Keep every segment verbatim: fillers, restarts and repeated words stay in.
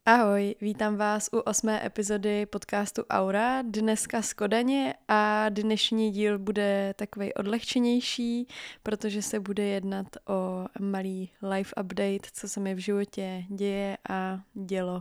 Ahoj, vítám vás u osmé epizody podcastu Aura, dneska z Kodaně a dnešní díl bude takovej odlehčenější, protože se bude jednat o malý life update, co se mi v životě děje a dělo.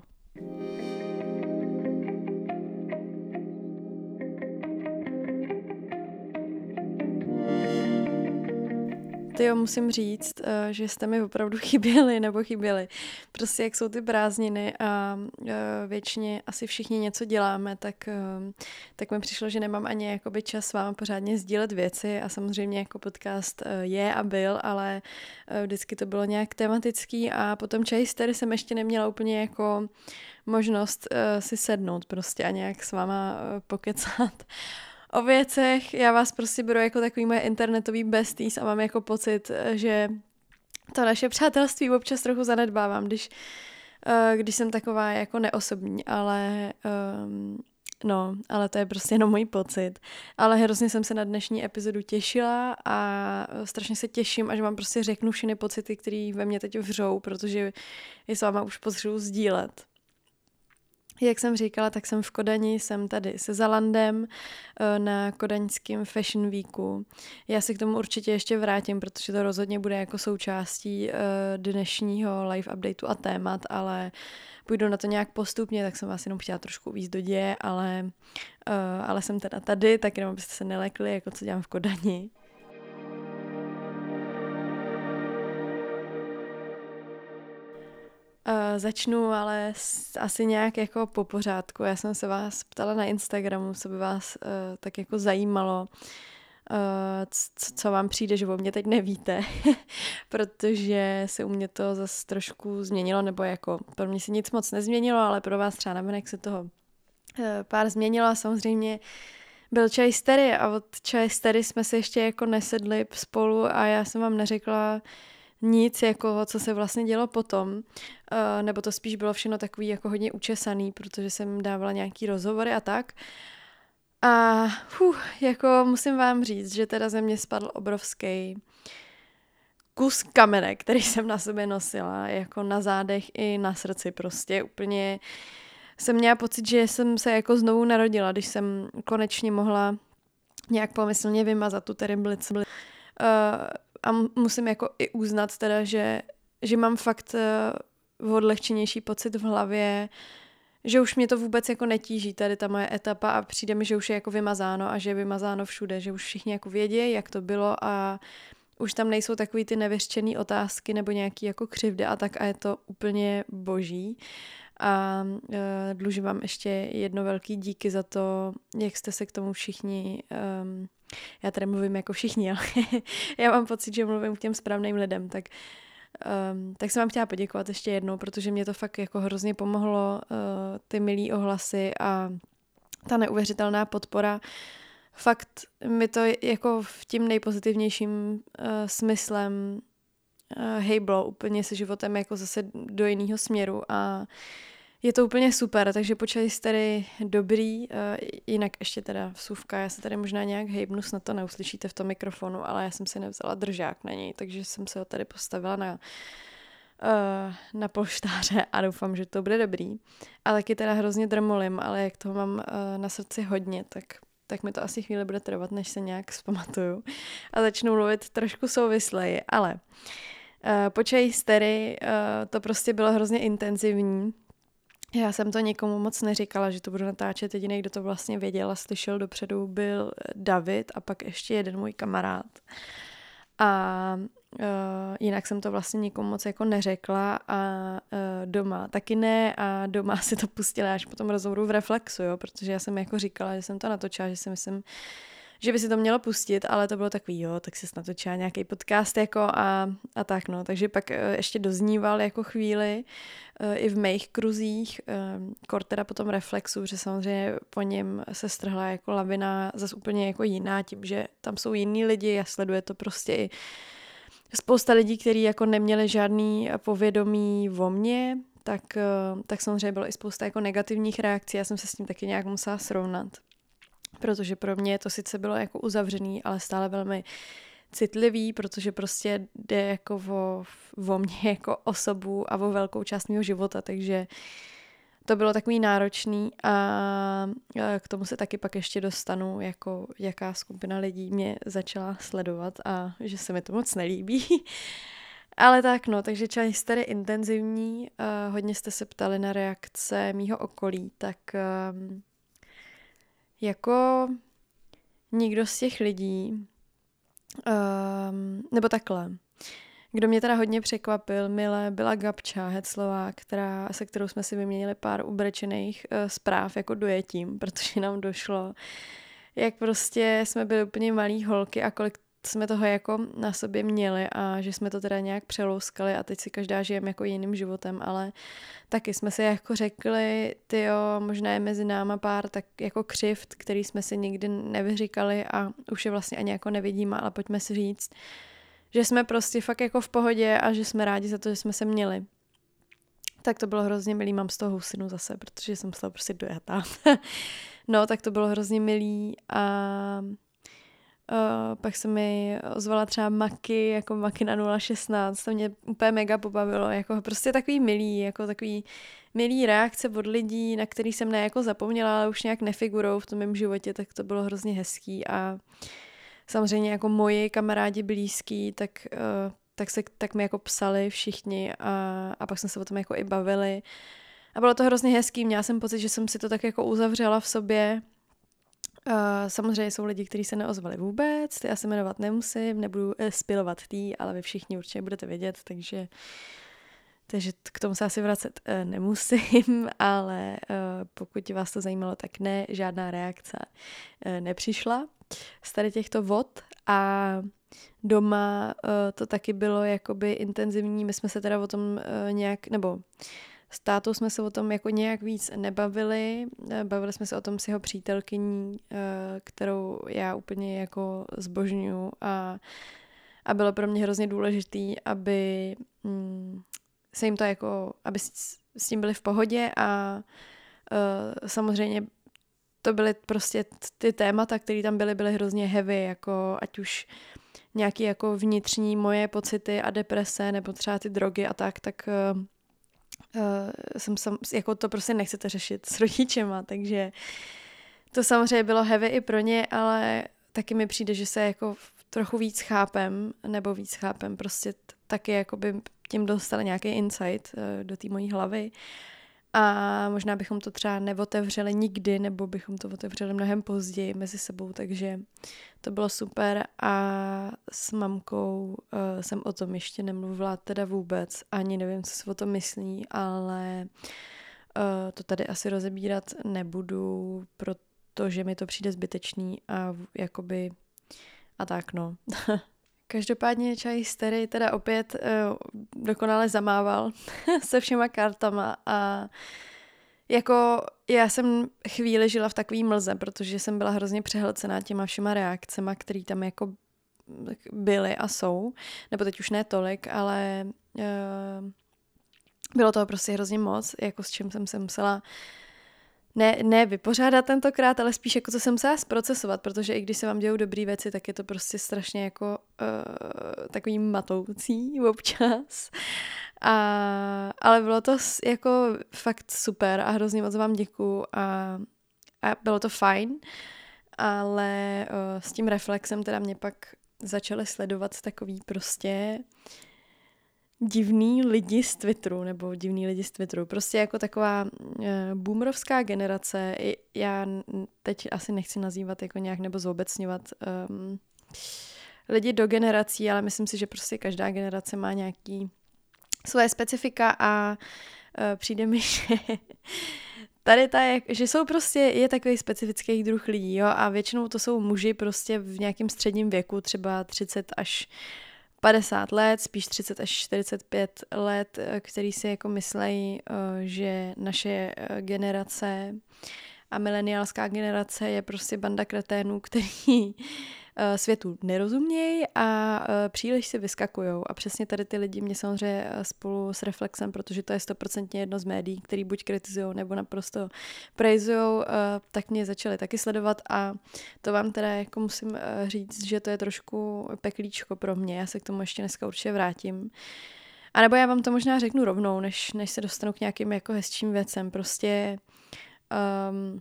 Tyjo, musím říct, že jste mi opravdu chyběli nebo chyběli. Prostě jak jsou ty prázdniny a většině asi všichni něco děláme, tak, tak mi přišlo, že nemám ani jakoby čas s váma pořádně sdílet věci a samozřejmě jako podcast je a byl, ale vždycky to bylo nějak tematický a potom čajistery jsem ještě neměla úplně jako možnost si sednout prostě a nějak s váma pokecat o věcech. Já vás prostě beru jako takový moje internetový besties a mám jako pocit, že to naše přátelství občas trochu zanedbávám, když, když jsem taková jako neosobní, ale um, no, ale to je prostě jenom můj pocit. Ale hrozně jsem se na dnešní epizodu těšila a strašně se těším, až vám prostě řeknu všechny pocity, které ve mně teď vřou, protože je s váma už potřebuji sdílet. Jak jsem říkala, tak jsem v Kodani, jsem tady se Zalandem na kodaňském Fashion Weeku. Já se k tomu určitě ještě vrátím, protože to rozhodně bude jako součástí dnešního live updateu a témat, ale půjdu na to nějak postupně, tak jsem vás jenom chtěla trošku uvízt do děje, ale, ale jsem teda tady, tak jenom abyste se nelekli, jako co dělám v Kodani. Uh, začnu ale s, asi nějak jako po pořádku. Já jsem se vás ptala na Instagramu, co by vás uh, tak jako zajímalo, uh, c- co vám přijde, že o mě teď nevíte, protože se u mě to zase trošku změnilo, nebo jako pro mě se nic moc nezměnilo, ale pro vás třeba navenek se toho uh, pár změnilo a samozřejmě byl čaj z Terry a od čaje z Terry jsme se ještě jako nesedli spolu a já jsem vám neřekla nic, jako co se vlastně dělo potom, uh, nebo to spíš bylo všechno takový jako hodně učesaný, protože jsem dávala nějaký rozhovory a tak. A fuh, jako musím vám říct, že teda ze mě spadl obrovský kus kamene, který jsem na sobě nosila, jako na zádech i na srdci prostě. Úplně jsem měla pocit, že jsem se jako znovu narodila, když jsem konečně mohla nějak pomyslně vymazat tu Terriblici. Uh, A musím jako i uznat teda, že, že mám fakt uh, odlehčenější pocit v hlavě, že už mě to vůbec jako netíží tady ta moje etapa a přijde mi, že už je jako vymazáno a že je vymazáno všude, že už všichni jako vědí, jak to bylo a už tam nejsou takový ty nevyřčený otázky nebo nějaký jako křivdy a tak a je to úplně boží. A uh, dlužím vám ještě jedno velký díky za to, jak jste se k tomu všichni... Um, já tady mluvím jako všichni, ale já mám pocit, že mluvím k těm správným lidem, tak, um, tak jsem vám chtěla poděkovat ještě jednou, protože mě to fakt jako hrozně pomohlo, uh, ty milý ohlasy a ta neuvěřitelná podpora. Fakt mi to jako v tím nejpozitivnějším uh, smyslem uh, hejblo úplně se životem jako zase do jiného směru a je to úplně super, takže počali jste tady dobrý, uh, jinak ještě teda vsuvka, já se tady možná nějak hejbnu, snad to neuslyšíte v tom mikrofonu, ale já jsem si nevzala držák na něj, takže jsem se ho tady postavila na, uh, na polštáře a doufám, že to bude dobrý. A taky teda hrozně drmolím, ale jak toho mám uh, na srdci hodně, tak, tak mi to asi chvíli bude trvat, než se nějak vzpamatuju a začnu mluvit trošku souvisleji, ale uh, počali jste tady, uh, to prostě bylo hrozně intenzivní. Já jsem to nikomu moc neříkala, že to budu natáčet. Jediný, kdo to vlastně věděl a slyšel dopředu, byl David a pak ještě jeden můj kamarád. A uh, jinak jsem to vlastně nikomu moc jako neřekla a uh, doma taky ne a doma si to pustila až po tom rozhovoru v Reflexu, jo, protože já jsem jako říkala, že jsem to natočila, že si myslím, že by si to mělo pustit, ale to bylo takový, jo, tak si natočila nějaký podcast jako a, a tak no, takže pak ještě dozníval jako chvíli i v mých kruzích, kor teda po tom Reflexu, že samozřejmě po něm se strhla jako lavina zase úplně jako jiná, tím, že tam jsou jiní lidi a sleduje to prostě i spousta lidí, kteří jako neměli žádný povědomí o mně, tak, tak samozřejmě bylo i spousta jako negativních reakcí, já jsem se s tím taky nějak musela srovnat. Protože pro mě to sice bylo jako uzavřený, ale stále velmi citlivý, protože prostě jde jako o, o mě jako osobu a o velkou část mého života, takže to bylo takový náročný a k tomu se taky pak ještě dostanu, jako jaká skupina lidí mě začala sledovat a že se mi to moc nelíbí. Ale tak no, takže Chai History intenzivní, uh, hodně jste se ptali na reakce mýho okolí, tak um, jako nikdo z těch lidí, um, nebo takhle, kdo mě teda hodně překvapil, mile, byla Gabča Heclová, která, se kterou jsme si vyměnili pár ubrečených uh, zpráv jako dojetím, protože nám došlo, jak prostě jsme byli úplně malý holky a kolik jsme toho jako na sobě měli a že jsme to teda nějak přelouskali a teď si každá žijeme jako jiným životem, ale taky jsme si jako řekli, tyjo, možná je mezi náma pár tak jako křivd, který jsme si nikdy nevyříkali a už je vlastně ani jako nevidíme, ale pojďme si říct, že jsme prostě fakt jako v pohodě a že jsme rádi za to, že jsme se měli. Tak to bylo hrozně milý, mám z toho husinu zase, protože jsem z toho prostě dojatá. No, tak to bylo hrozně milý a Uh, pak se mi ozvala třeba Maky, jako Maky na nula šestnáct, to mě úplně mega pobavilo, jako prostě takový milý, jako takový milý reakce od lidí, na který jsem ne jako zapomněla, ale už nějak nefigurou v tom mém životě, tak to bylo hrozně hezký a samozřejmě jako moji kamarádi blízký, tak, uh, tak, se, tak mi jako psali všichni a, a pak jsme se o tom jako i bavili a bylo to hrozně hezký, měla jsem pocit, že jsem si to tak jako uzavřela v sobě. Uh, samozřejmě jsou lidi, kteří se neozvali vůbec, ty asi jmenovat nemusím, nebudu eh, spilovat tý, ale vy všichni určitě budete vědět, takže, takže k tomu se asi vracet uh, nemusím, ale uh, pokud vás to zajímalo, tak ne, žádná reakce uh, nepřišla z tady těchto vod a doma uh, to taky bylo jakoby intenzivní, my jsme se teda o tom uh, nějak, nebo s tátou jsme se o tom jako nějak víc nebavili, bavili jsme se o tom s jeho přítelkyní, kterou já úplně jako zbožňuju a, a bylo pro mě hrozně důležitý, aby mm, se jim to jako, aby s, s tím byli v pohodě a uh, samozřejmě to byly prostě ty témata, které tam byly, byly hrozně heavy, jako ať už nějaký jako vnitřní moje pocity a deprese nebo třeba ty drogy a tak, tak uh, Uh, jsem sam, jako to prostě nechcete řešit s rodičema, takže to samozřejmě bylo heavy i pro ně, ale taky mi přijde, že se jako trochu víc chápem, nebo víc chápem, prostě t- taky jako by tím dostali nějaký insight uh, do té mojí hlavy a možná bychom to třeba neotevřeli nikdy, nebo bychom to otevřeli mnohem později mezi sebou, takže to bylo super a s mamkou uh, jsem o tom ještě nemluvila teda vůbec, ani nevím, co si o tom myslí, ale uh, to tady asi rozebírat nebudu, protože mi to přijde zbytečný a jakoby a tak no. Každopádně Chai History teda opět uh, dokonale zamával se všema kartama a jako já jsem chvíli žila v takový mlze, protože jsem byla hrozně přehlcená těma všema reakcema, které tam jako byly a jsou, nebo teď už ne tolik, ale uh, bylo toho prostě hrozně moc, jako s čím jsem se musela ne, ne vypořádat tentokrát, ale spíš jako co jsem musela zprocesovat, protože i když se vám dějou dobrý věci, tak je to prostě strašně jako uh, takový matoucí občas. A, ale bylo to jako fakt super a hrozně moc vám děkuju a, a bylo to fajn, ale uh, s tím reflexem teda mě pak začaly sledovat takový prostě divný lidi z Twitteru, nebo divný lidi z Twitteru. Prostě jako taková uh, boomerovská generace. Já teď asi nechci nazývat jako nějak nebo zobecňovat um, lidi do generací, ale myslím si, že prostě každá generace má nějaký svoje specifika a uh, přijde mi, že tady ta je, že jsou prostě, je takový specifický druh lidí, jo, a většinou to jsou muži prostě v nějakém středním věku, třeba třicet až padesát let, spíš třicet až čtyřicet pět let, který si jako myslejí, že naše generace a mileniálská generace je prostě banda kreténů, který světu nerozumějí a příliš si vyskakujou. A přesně tady ty lidi mě samozřejmě spolu s Reflexem, protože to je stoprocentně jedno z médií, který buď kritizujou nebo naprosto prejzujou, tak mě začaly taky sledovat a to vám teda jako musím říct, že to je trošku peklíčko pro mě. Já se k tomu ještě dneska určitě vrátím. A nebo já vám to možná řeknu rovnou, než, než se dostanu k nějakým jako hezčím věcem. Prostě um,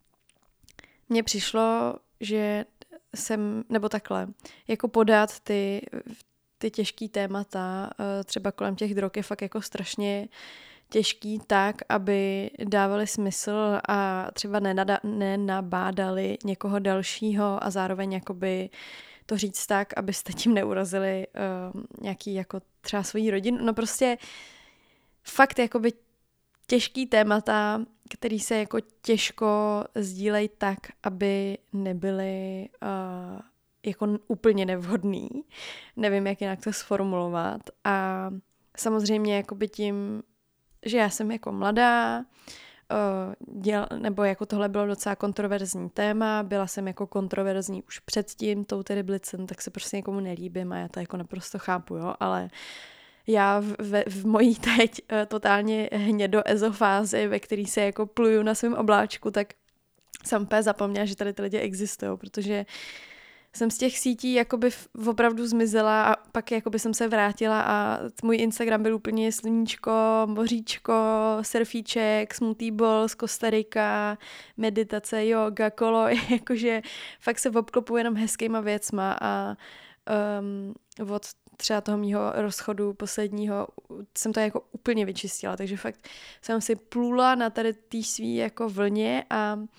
mně přišlo, že jsem, nebo takhle, jako podat ty, ty těžký témata, třeba kolem těch drog je fakt jako strašně těžký tak, aby dávali smysl a třeba nenada, nenabádali někoho dalšího a zároveň jakoby to říct tak, abyste tím neurazili uh, nějaký jako třeba svoji rodinu. No prostě fakt jakoby těžký témata, který se jako těžko sdílejí tak, aby nebyly uh, jako úplně nevhodný. Nevím, jak jinak to sformulovat. A samozřejmě jakoby tím, že já jsem jako mladá, uh, děl, nebo jako tohle bylo docela kontroverzní téma, byla jsem jako kontroverzní už předtím tou Terry Blitzen, tak se prostě někomu nelíbím a já to jako naprosto chápu, jo, ale já v, v, v mojí teď uh, totálně hnědo ezofázi, ve který se jako pluju na svém obláčku, tak jsem úplně zapomněla, že tady ty lidi existují, protože jsem z těch sítí jakoby opravdu zmizela a pak jakoby jsem se vrátila a můj Instagram byl úplně sluníčko, moříčko, surfíček, smoothie ball z Kostarika, meditace, yoga, kolo, jakože fakt se obklopuji jenom hezkýma věcma a um, od třeba toho mýho rozchodu posledního jsem to jako úplně vyčistila, takže fakt jsem si plula na tady tý svý jako vlně a uh,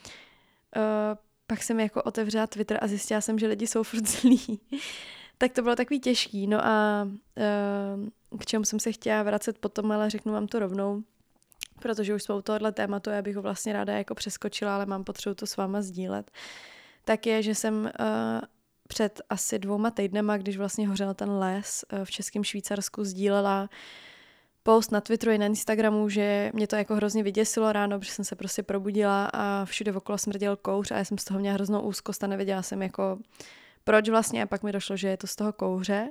pak jsem jako otevřela Twitter a zjistila jsem, že lidi jsou furt zlí. Tak to bylo takový těžký. No a uh, k čemu jsem se chtěla vracet potom, ale řeknu vám to rovnou, protože už jsme u tohohle tématu, já bych ho vlastně ráda jako přeskočila, ale mám potřebu to s váma sdílet. Tak je, že jsem uh, před asi dvouma týdnema, když vlastně hořel ten les uh, v Českém Švýcarsku, sdílela post na Twitteru i na Instagramu, že mě to jako hrozně vyděsilo ráno, protože jsem se prostě probudila a všude okolo smrděl kouř a já jsem z toho měla hroznou úzkost a nevěděla jsem jako proč vlastně a pak mi došlo, že je to z toho kouře.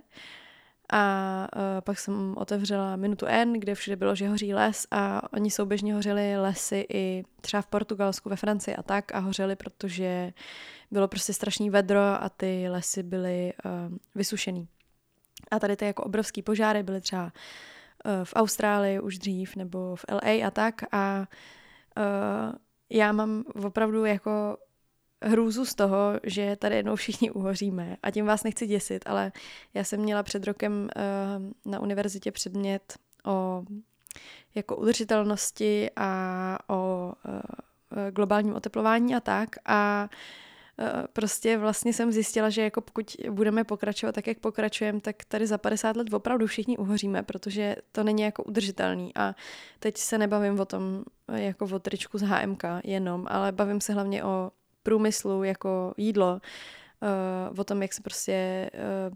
A uh, pak jsem otevřela Minutu N, kde všude bylo, že hoří les a oni souběžně hořeli lesy i třeba v Portugalsku, ve Francii a tak a hořeli, protože bylo prostě strašný vedro a ty lesy byly uh, vysušený. A tady ty jako obrovský požáry byly třeba v Austrálii už dřív nebo v L A a tak a uh, já mám opravdu jako hrůzu z toho, že tady jednou všichni uhoříme a tím vás nechci děsit, ale já jsem měla před rokem uh, na univerzitě předmět o jako udržitelnosti a o uh, globálním oteplování a tak a prostě vlastně jsem zjistila, že jako pokud budeme pokračovat tak, jak pokračujeme, tak tady za padesát let opravdu všichni uhoříme, protože to není jako udržitelný. A teď se nebavím o tom jako o tričku z H M K jenom, ale bavím se hlavně o průmyslu jako jídlo, o tom, jak se prostě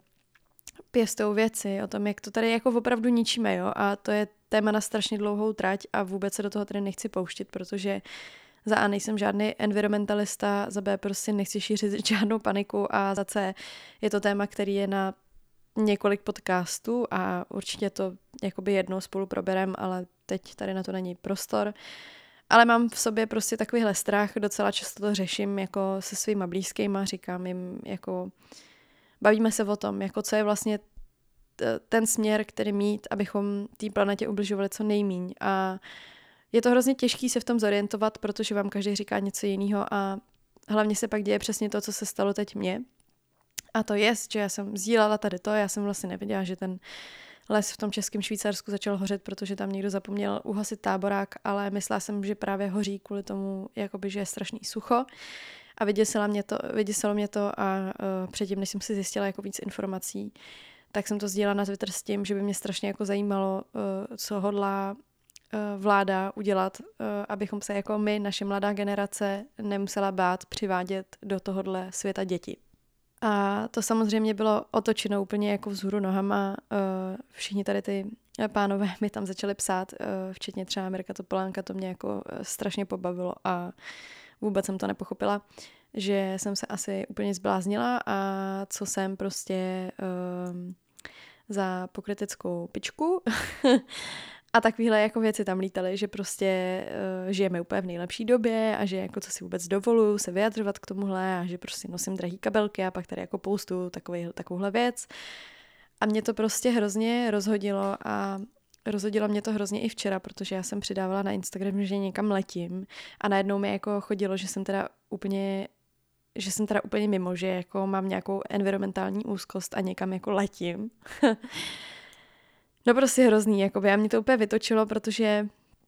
pěstou věci, o tom, jak to tady jako opravdu ničíme, jo. A to je téma na strašně dlouhou trať a vůbec se do toho tady nechci pouštět, protože za A nejsem žádný environmentalista, za B prostě nechci šířit žádnou paniku a za C je to téma, který je na několik podcastů a určitě to jakoby jednou spolu proberem, ale teď tady na to není prostor. Ale mám v sobě prostě takovýhle strach, docela často to řeším jako se svýma blízkýma, říkám jim jako bavíme se o tom, jako co je vlastně ten směr, který mít, abychom té planetě ubližovali co nejmíň a je to hrozně těžký se v tom zorientovat, protože vám každý říká něco jiného a hlavně se pak děje přesně to, co se stalo teď mně. A to je, že já jsem sdílala tady to, já jsem vlastně nevěděla, že ten les v tom Českém Švýcarsku začal hořet, protože tam někdo zapomněl uhasit táborák, ale myslela jsem, že právě hoří kvůli tomu, jakoby, že je strašný sucho. A vyděsilo mě to, vyděsilo mě to a uh, předtím, než jsem si zjistila jako víc informací, tak jsem to sdílela na Twitter s tím, že by mě strašně jako zajímalo, uh, co hodlá vláda udělat, abychom se jako my, naše mladá generace, nemusela bát přivádět do tohohle světa děti. A to samozřejmě bylo otočeno úplně jako vzhůru nohama. Všichni tady ty pánové mi tam začali psát, včetně třeba Mirka Topolánka, to mě jako strašně pobavilo a vůbec jsem to nepochopila, že jsem se asi úplně zbláznila a co jsem prostě um, za pokryteckou pičku. A takovéhle jako věci tam lítaly, že prostě uh, žijeme úplně v nejlepší době a že jako co si vůbec dovoluju se vyjadřovat k tomuhle a že prostě nosím drahý kabelky a pak tady jako poustu takovej, takovouhle věc. A mě to prostě hrozně rozhodilo a rozhodilo mě to hrozně i včera, protože já jsem přidávala na Instagram, že někam letím a najednou mi jako chodilo, že jsem teda úplně že jsem teda úplně mimo, že jako mám nějakou environmentální úzkost a někam jako letím. No prostě hrozný, jako já mě to úplně vytočilo, protože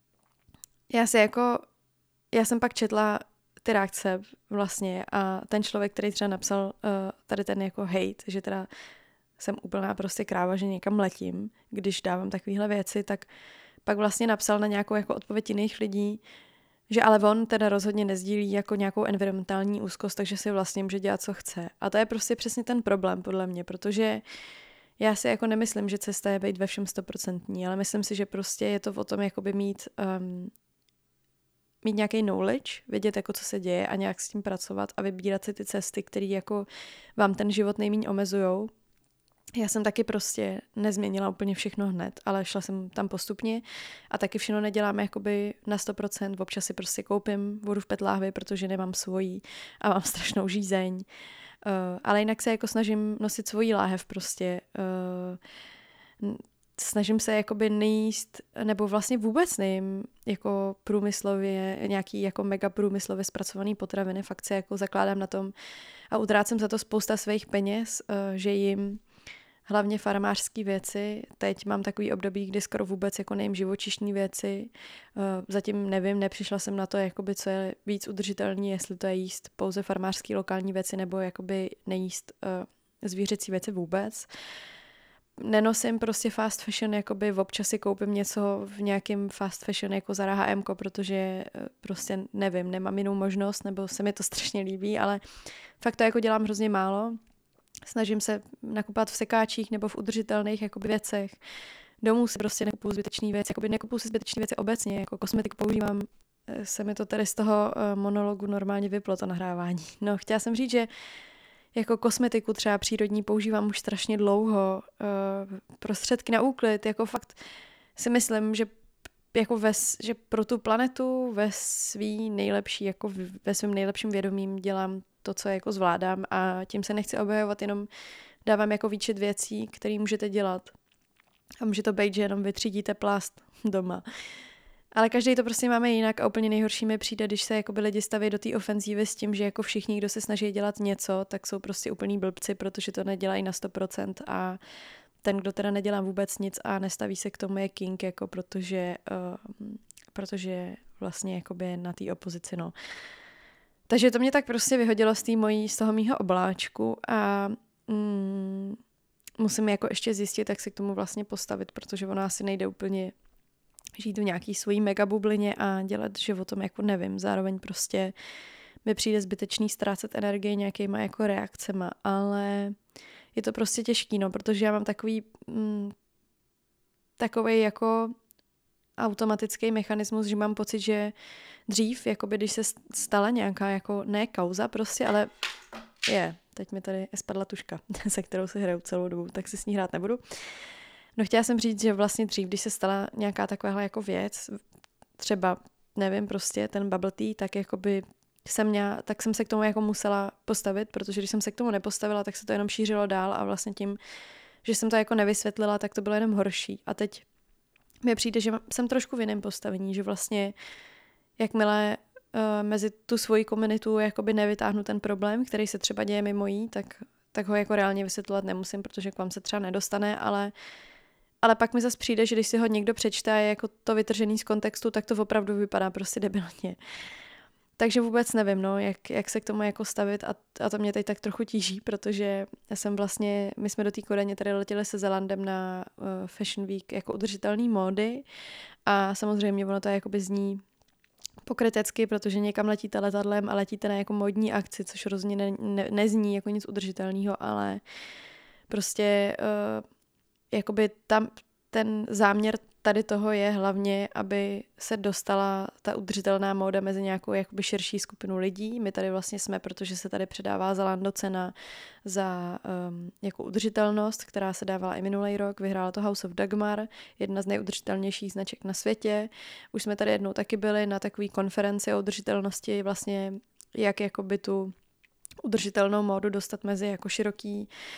já si jako, já jsem pak četla ty reakce vlastně a ten člověk, který třeba napsal uh, tady ten jako hate, že teda jsem úplná prostě kráva, že někam letím, když dávám takovéhle věci, tak pak vlastně napsal na nějakou jako odpověď jiných lidí, že ale on teda rozhodně nezdílí jako nějakou environmentální úzkost, takže si vlastně může dělat, co chce. A to je prostě přesně ten problém podle mě, protože já si jako nemyslím, že cesta je být ve všem stoprocentní, ale myslím si, že prostě je to o tom jakoby mít, um, mít nějaký knowledge, vědět jako co se děje a nějak s tím pracovat a vybírat si ty cesty, které jako vám ten život nejméně omezujou. Já jsem taky prostě nezměnila úplně všechno hned, ale šla jsem tam postupně a taky všechno nedělám jakoby na sto procent. Občas si prostě koupím vodu v PET láhvi, protože nemám svojí a mám strašnou žízeň. Uh, ale jinak se jako snažím nosit svojí láhev prostě. Uh, snažím se jakoby nejíst, nebo vlastně vůbec nejím jako průmyslově, nějaký jako mega průmyslově zpracovaný potraviny. Fakt se jako zakládám na tom a utrácím za to spousta svých peněz, uh, že jim hlavně farmářské věci. Teď mám takový období, kdy skoro vůbec jako nejím živočišní věci. Zatím nevím, nepřišla jsem na to, jakoby, co je víc udržitelný, jestli to je jíst pouze farmářské lokální věci nebo jakoby nejíst uh, zvířecí věci vůbec. Nenosím prostě fast fashion, jakoby občas si koupím něco v nějakém fast fashion jako Zara há em ko, protože uh, prostě nevím, nemám jinou možnost, nebo se mi to strašně líbí, ale fakt to jako dělám hrozně málo. Snažím se nakupovat v sekáčích nebo v udržitelných jakoby, věcech. Domů si prostě nekupuju zbytečné věci. Jakoby nekupuju si zbytečné věci obecně. Jako kosmetik používám. Se mi to tady z toho monologu normálně vyplo, to nahrávání. No, chtěla jsem říct, že jako kosmetiku třeba přírodní používám už strašně dlouho. Prostředky na úklid, jako fakt si myslím, že jako ve, že pro tu planetu ve svý nejlepší, jako ve svém nejlepším vědomím dělám to, co jako zvládám a tím se nechci objevovat, jenom dávám jako výčet věcí, které můžete dělat. A může to být, že jenom vytřídíte plast doma. Ale každý to prostě máme jinak a úplně nejhorší mi přijde, když se jakoby lidi staví do té ofenzívy s tím, že jako všichni, kdo se snaží dělat něco, tak jsou prostě úplný blbci, protože to nedělají na sto procent a ten, kdo teda nedělá vůbec nic a nestaví se k tomu, je king, jako protože, uh, protože vlastně jakoby je na té opozici, no. Takže to mě tak prostě vyhodilo z, tý mojí, z toho mýho obláčku a mm, musím jako ještě zjistit, jak se k tomu vlastně postavit, protože ona asi nejde úplně žít v nějaký svojí megabublině a dělat životom jako nevím. Zároveň prostě mi přijde zbytečný ztrácet energii nějakýma jako reakcema, ale je to prostě těžký, no, protože já mám takový mm, takovej jako automatický mechanismus, že mám pocit, že dřív, jakoby když se stala nějaká jako, ne kauza prostě, ale je, teď mi tady spadla tuška, se kterou si hraju celou dobu, tak si s ní hrát nebudu. No chtěla jsem říct, že vlastně dřív, když se stala nějaká takováhle jako věc, třeba, nevím, prostě ten bubble tea, tak jakoby jsem měla, tak jsem se k tomu jako musela postavit, protože když jsem se k tomu nepostavila, tak se to jenom šířilo dál a vlastně tím, že jsem to jako nevysvětlila, tak to bylo jenom horší. A teď mi přijde, že jsem trošku v jiném postavení, že vlastně jakmile uh, mezi tu svoji komunitu jakoby nevytáhnu ten problém, který se třeba děje mimo jí, tak, tak ho jako reálně vysvětlovat nemusím, protože k vám se třeba nedostane, ale, ale pak mi zase přijde, že když si ho někdo přečte a je jako to vytržený z kontextu, tak to opravdu vypadá prostě debilně. Takže vůbec nevím, no, jak, jak se k tomu jako stavit a, a to mě teď tak trochu tíží, protože já jsem vlastně, my jsme do té Kodaně tady letěli se Zelandem na uh, Fashion Week jako udržitelný módy a samozřejmě ono to je jakoby zní pokrytecky, protože někam letíte letadlem a letíte na jako módní akci, což rozhodně ne, ne, nezní jako nic udržitelného, ale prostě uh, jakoby tam ten záměr tady toho je hlavně, aby se dostala ta udržitelná móda mezi nějakou jakoby širší skupinu lidí. My tady vlastně jsme, protože se tady předává Zalando cena za um, jako udržitelnost, která se dávala i minulý rok. Vyhrála to House of Dagmar, jedna z nejudržitelnějších značek na světě. Už jsme tady jednou taky byli na takové konferenci o udržitelnosti, vlastně jak jakoby tu udržitelnou módu dostat mezi jako široký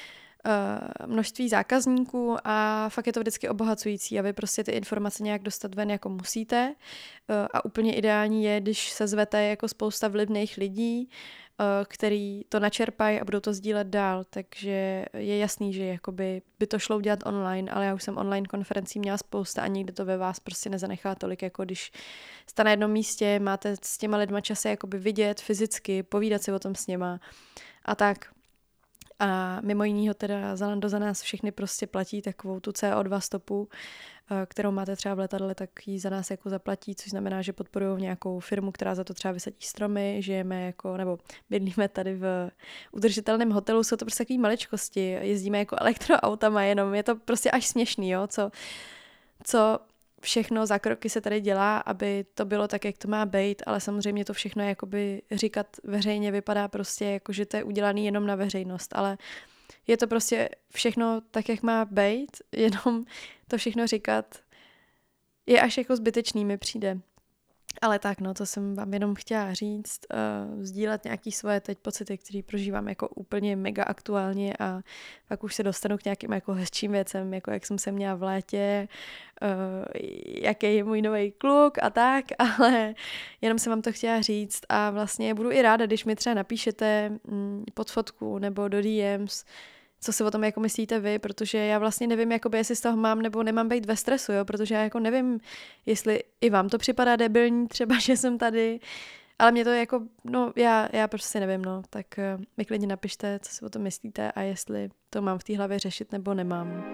množství zákazníků a fakt je to vždycky obohacující a vy prostě ty informace nějak dostat ven jako musíte a úplně ideální je, když se zvete jako spousta vlivných lidí, který to načerpají a budou to sdílet dál, takže je jasný, že jakoby by to šlo udělat online, ale já už jsem online konferencí měla spousta a nikdy to ve vás prostě nezanechá tolik, jako když jste na jednom místě, máte s těma lidma čase jakoby vidět fyzicky, povídat si o tom s něma a tak. A mimo jinýho teda Zalando za nás všechny prostě platí takovou tu C O dva stopu, kterou máte třeba v letadle, tak ji za nás jako zaplatí, což znamená, že podporují nějakou firmu, která za to třeba vysadí stromy, žijeme jako, nebo bydlíme tady v udržitelném hotelu, jsou to prostě takové maličkosti, jezdíme jako elektroautama jenom, je to prostě až směšný, jo, co, co všechno za kroky se tady dělá, aby to bylo tak, jak to má být, ale samozřejmě to všechno jakoby říkat veřejně vypadá prostě jako, že to je udělané jenom na veřejnost, ale je to prostě všechno tak, jak má být, jenom to všechno říkat je až jako zbytečný mi přijde. Ale tak, no, to jsem vám jenom chtěla říct, uh, sdílet nějaký svoje teď pocity, které prožívám jako úplně mega aktuálně a pak už se dostanu k nějakým jako hezčím věcem, jako jak jsem se měla v létě, uh, jaký je můj nový kluk a tak, ale jenom jsem vám to chtěla říct a vlastně budu i ráda, když mi třeba napíšete mm, pod fotku nebo do D Ms, co si o tom jako myslíte vy, protože já vlastně nevím, jakoby, jestli z toho mám nebo nemám být ve stresu, jo? Protože já jako nevím, jestli i vám to připadá debilní, třeba, že jsem tady, ale mě to jako, no já, já prostě nevím, no, tak uh, mi klidně napište, co si o tom myslíte a jestli to mám v té hlavě řešit nebo nemám.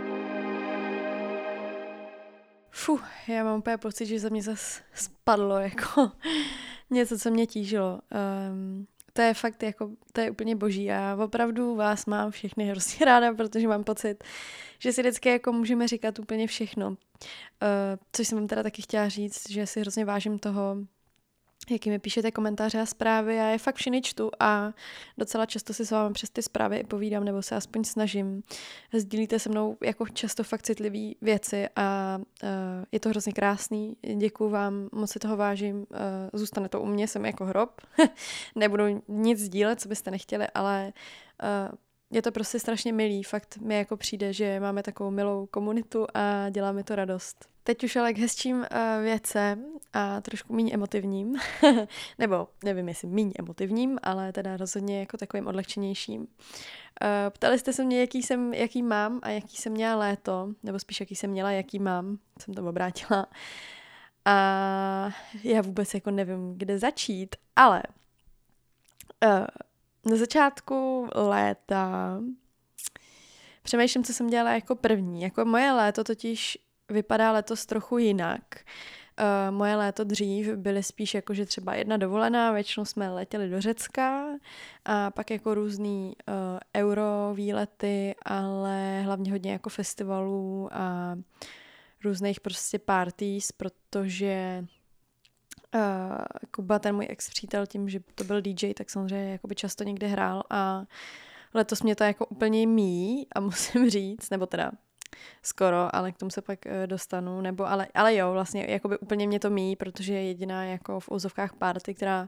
Fuh, já mám úplně pocit, že za mě zase spadlo jako něco, co mě tížilo. Um, To je fakt jako, to je úplně boží a opravdu vás mám všechny hrozně ráda, protože mám pocit, že si vždycky jako můžeme říkat úplně všechno. Uh, což jsem vám teda taky chtěla říct, že si hrozně vážím toho, jaký mi píšete komentáře a zprávy. Já je fakt všechny čtu a docela často si s vámi přes ty zprávy i povídám, nebo se aspoň snažím. Sdílíte se mnou jako často fakt citlivý věci a uh, je to hrozně krásný. Děkuju vám, moc si toho vážím. Uh, zůstane to u mě, jsem jako hrob. Nebudu nic sdílet, co byste nechtěli, ale uh, je to prostě strašně milý. Fakt mi jako přijde, že máme takovou milou komunitu a dělá mi to radost. Teď už ale k hezčím uh, věcem a trošku míň emotivním, nebo nevím, jestli míň emotivním, ale teda rozhodně jako takovým odlehčenějším. Uh, ptali jste se mě, jaký, jsem, jaký mám a jaký jsem měla léto, nebo spíš jaký jsem měla, jaký mám, jsem to obrátila. A já vůbec jako nevím, kde začít, ale uh, na začátku léta přemýšlím, co jsem dělala jako první. Jako moje léto totiž vypadá letos trochu jinak. Uh, moje léto dřív byly spíš jako, že třeba jedna dovolená, většinou jsme letěli do Řecka a pak jako různý uh, euro výlety, ale hlavně hodně jako festivalů a různých prostě parties, protože uh, Kuba, ten můj ex-přítel, tím, že to byl D J, tak samozřejmě jakoby často někde hrál a letos mě to jako úplně míjí a musím říct, nebo teda skoro, ale k tomu se pak dostanu, nebo ale, ale jo, vlastně jakoby úplně mě to míjí, protože je jediná jako v úzovkách party, která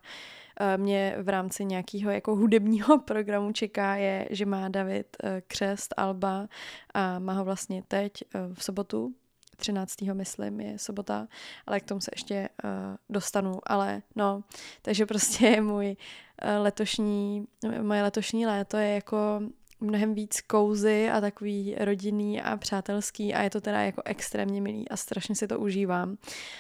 mě v rámci nějakého jako hudebního programu čeká, je, že má David křest Alba a má ho vlastně teď v sobotu, třináctého myslím, je sobota, ale k tomu se ještě uh, dostanu, ale no, takže prostě můj uh, letošní, moje letošní léto je jako mnohem víc cozy a takový rodinný a přátelský a je to teda jako extrémně milý a strašně si to užívám.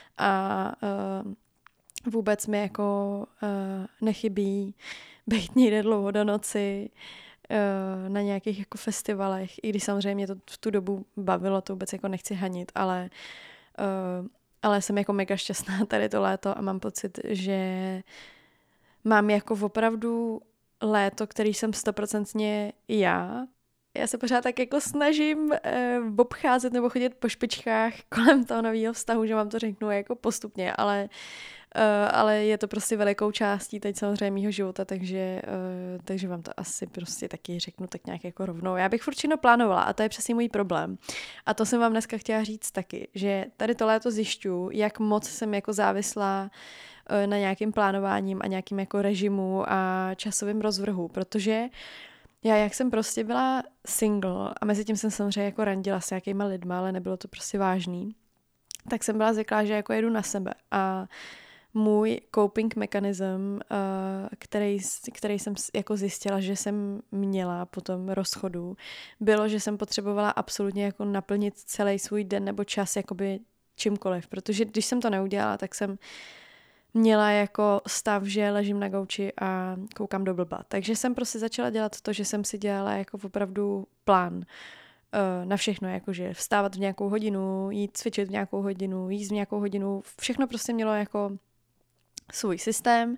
A uh, vůbec mi jako uh, nechybí být někde dlouho do noci uh, na nějakých jako festivalech, i když samozřejmě mě to v tu dobu bavilo, to vůbec jako nechci hanit, ale, uh, ale jsem jako mega šťastná tady to léto a mám pocit, že mám jako opravdu léto, který jsem stoprocentně já. Já se pořád tak jako snažím eh, obcházet nebo chodit po špičkách kolem toho nového vztahu, že vám to řeknu jako postupně, ale, eh, ale je to prostě velikou částí teď samozřejmě mýho života, takže, eh, takže vám to asi prostě taky řeknu tak nějak jako rovnou. Já bych furt všechno plánovala a to je přesně můj problém. A to jsem vám dneska chtěla říct taky, že tady to léto zjišťuju, jak moc jsem jako závislá na nějakým plánováním a nějakým jako režimu a časovým rozvrhu, protože Já jak jsem prostě byla single a mezi tím jsem samozřejmě jako randila s nějakýma lidma, ale nebylo to prostě vážný, tak jsem byla zvyklá, že jako jedu na sebe a můj coping mechanism, který, který jsem jako zjistila, že jsem měla po tom rozchodu, bylo, že jsem potřebovala absolutně jako naplnit celý svůj den nebo čas jakoby čímkoliv, protože když jsem to neudělala, tak jsem měla jako stav, že ležím na gauči a koukám do blba. Takže jsem prostě začala dělat to, že jsem si dělala jako opravdu plán na všechno, jakože vstávat v nějakou hodinu, jít cvičit v nějakou hodinu, jíst v nějakou hodinu, všechno prostě mělo jako svůj systém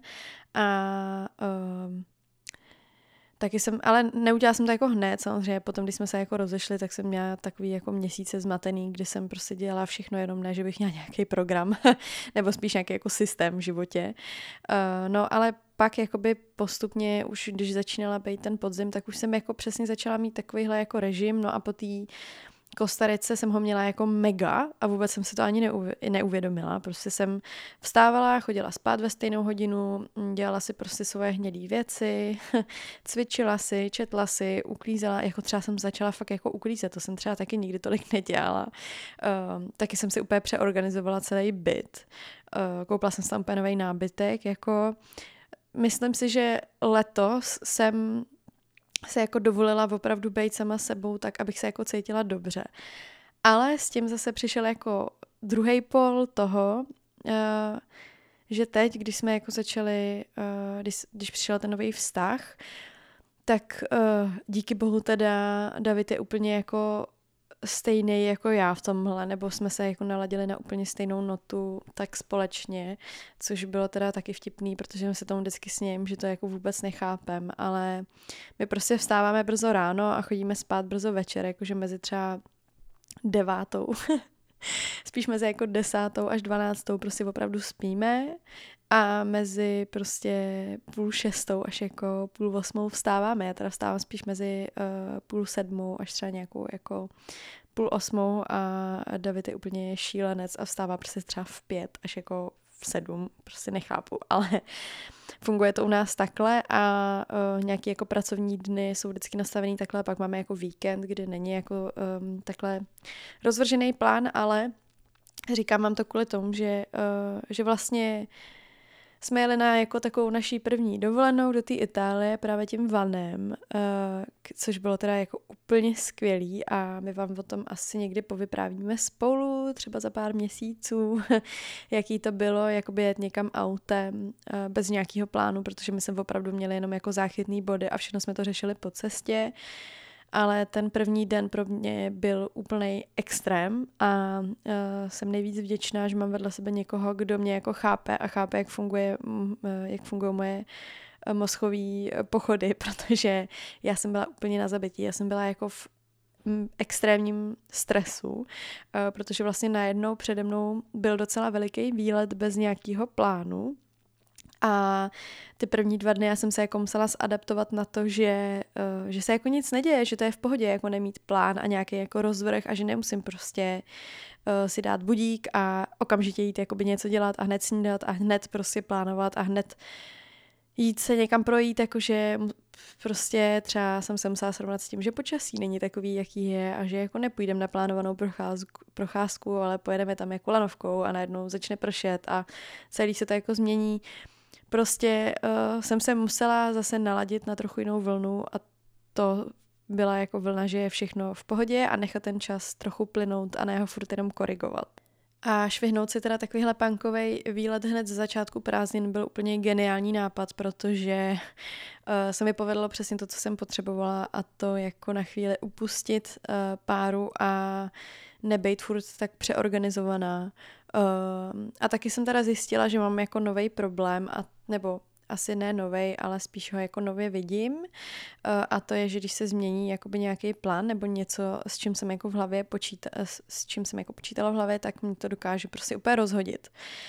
a um, taky jsem, ale neudělala jsem to jako hned, samozřejmě potom, když jsme se jako rozešli, tak jsem měla takový jako měsíce zmatený, kdy jsem prostě dělala všechno, jenom ne, že bych měla nějaký program, nebo spíš nějaký jako systém v životě. Uh, no ale pak jakoby postupně, už když začínala být ten podzim, tak už jsem jako přesně začala mít takovýhle jako režim, no a po té Kostarice jsem ho měla jako mega a vůbec jsem si to ani neuvědomila. Prostě jsem vstávala, chodila spát ve stejnou hodinu, dělala si prostě svoje hnědé věci, cvičila si, četla si, uklízela, jako třeba jsem začala fakt jako uklízet, to jsem třeba taky nikdy tolik nedělala. Uh, taky jsem si úplně přeorganizovala celý byt. Uh, koupila jsem si tam úplně nový nábytek, jako myslím si, že letos jsem se jako dovolila opravdu být sama sebou tak, abych se jako cítila dobře. Ale s tím zase přišel jako druhý pol toho, uh, že teď, když jsme jako začali, uh, když, když přišel ten nový vztah, tak uh, díky bohu teda David je úplně jako stejný jako já v tomhle, nebo jsme se jako naladili na úplně stejnou notu tak společně, což bylo teda taky vtipný, protože my se tomu vždycky snějím, že to jako vůbec nechápem, ale my prostě vstáváme brzo ráno a chodíme spát brzo večer, jakože mezi třeba devátou, spíš mezi jako desátou až dvanáctou prostě opravdu spíme a mezi prostě půl šestou až jako půl osmou vstáváme. Já teda vstávám spíš mezi uh, půl sedmou až třeba nějakou jako půl osmou a David je úplně šílenec a vstává prostě třeba v pět až jako v sedm, prostě nechápu, ale funguje to u nás takhle a uh, nějaký jako pracovní dny jsou vždycky nastavený takhle, pak máme jako víkend, kdy není jako um, takhle rozvržený plán, ale říkám vám to kvůli tomu, že, uh, že vlastně jsme jeli na jako takovou naší první dovolenou do té Itálie právě tím vanem, uh, což bylo teda jako úplně skvělý a my vám o tom asi někdy povyprávíme spolu, třeba za pár měsíců, jaký to bylo, jakoby jet někam autem uh, bez nějakého plánu, protože my jsme opravdu měli jenom jako záchytný body a všechno jsme to řešili po cestě. Ale ten první den pro mě byl úplný extrém a uh, jsem nejvíc vděčná, že mám vedle sebe někoho, kdo mě jako chápe a chápe, jak funguje, uh, jak fungují moje uh, mozkové pochody, protože já jsem byla úplně na zabití, já jsem byla jako v um, extrémním stresu, uh, protože vlastně najednou přede mnou byl docela veliký výlet bez nějakého plánu. A ty první dva dny já jsem se jako musela zadaptovat na to, že, uh, že se jako nic neděje, že to je v pohodě, jako nemít plán a nějaký jako rozvrh a že nemusím prostě uh, si dát budík a okamžitě jít jakoby něco dělat a hned snídat a hned prostě plánovat a hned jít se někam projít, jakože prostě třeba jsem se musela srovnat s tím, že počasí není takový, jaký je a že jako nepůjdeme na plánovanou procházku, procházku, ale pojedeme tam jako lanovkou a najednou začne pršet a celý se to jako změní. Prostě uh, jsem se musela zase naladit na trochu jinou vlnu a to byla jako vlna, že je všechno v pohodě a nechat ten čas trochu plynout a ne ho furt jenom korigovat. A švihnout si teda takovýhle punkovej výlet hned ze začátku prázdnin byl úplně geniální nápad, protože uh, se mi povedlo přesně to, co jsem potřebovala a to jako na chvíli upustit uh, páru a nebejt furt tak přeorganizovaná. Uh, a taky jsem teda zjistila, že mám jako novej problém, a, nebo asi ne novej, ale spíš ho jako nově vidím. Uh, a to je, že když se změní jakoby nějaký plán nebo něco, s čím jsem jako v hlavě počíta, s, s čím jsem jako počítala v hlavě, tak mě to dokáže prostě úplně rozhodit.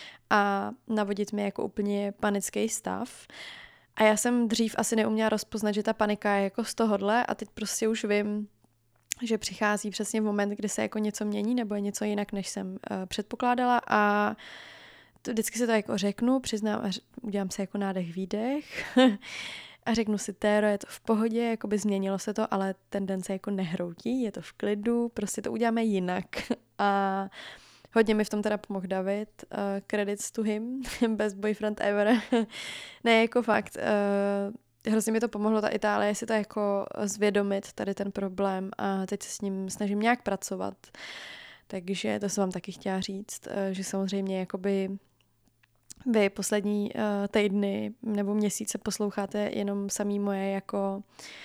A navodit mi jako úplně panický stav. A já jsem dřív asi neuměla rozpoznat, že ta panika je jako z tohohle a teď prostě už vím, že přichází přesně v moment, kdy se jako něco mění nebo je něco jinak, než jsem uh, předpokládala a to, vždycky se to jako řeknu, přiznám a udělám se jako nádech, výdech a řeknu si, Téro, je to v pohodě, jakoby změnilo se to, ale ten den se jako nehroutí, je to v klidu, prostě to uděláme jinak. A hodně mi v tom teda pomohl David, uh, credits to him, best boyfriend ever. Ne, jako fakt, uh, hrozně mi to pomohlo ta Itálie si to jako zvědomit, tady ten problém a teď se s ním snažím nějak pracovat. Takže to jsem vám taky chtěla říct, uh, že samozřejmě jakoby vy poslední uh, týdny nebo měsíce posloucháte jenom samý moje jako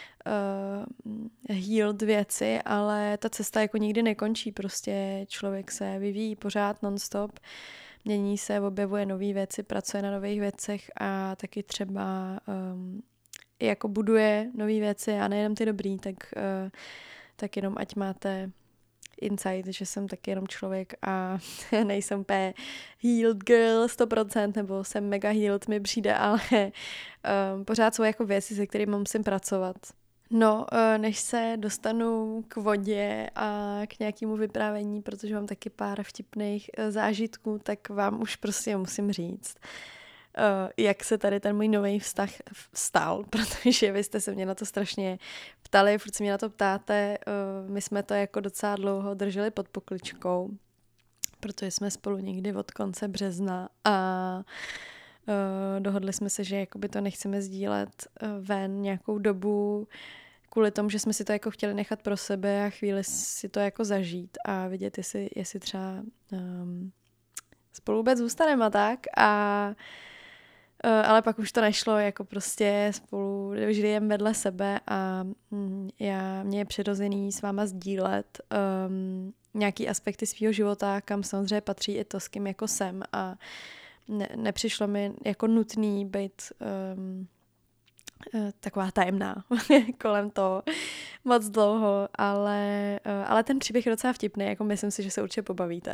uh, healed věci, ale ta cesta jako nikdy nekončí, prostě člověk se vyvíjí pořád non-stop, mění se, objevuje nové věci, pracuje na nových věcech a taky třeba um, jako buduje nové věci a nejenom ty dobrý, tak, uh, tak jenom ať máte insight, že jsem taky jenom člověk a nejsem úplně healed girl sto procent, nebo jsem mega healed, mi přijde, ale um, pořád jsou jako věci, se kterými musím pracovat. No, než se dostanu k vodě a k nějakému vyprávění, protože mám taky pár vtipných zážitků, tak vám už prostě musím říct, jak se tady ten můj nový vztah vstal, protože vy jste se mě na to strašně ptali, furt se mě na to ptáte, my jsme to jako docela dlouho drželi pod pokličkou, protože jsme spolu někdy od konce března a dohodli jsme se, že jakoby to nechceme sdílet ven nějakou dobu, kvůli tomu, že jsme si to jako chtěli nechat pro sebe a chvíli si to jako zažít a vidět, jestli, jestli třeba um, spolu vůbec zůstaneme a tak a Uh, ale pak už to nešlo, jako prostě spolu žijeme vedle sebe a mm, já, mě je přirozený s váma sdílet um, nějaký aspekty svého života, kam samozřejmě patří i to, s kým jako jsem a ne, nepřišlo mi jako nutný být um, uh, taková tajemná kolem toho moc dlouho, ale, uh, ale ten příběh je docela vtipný, jako myslím si, že se určitě pobavíte.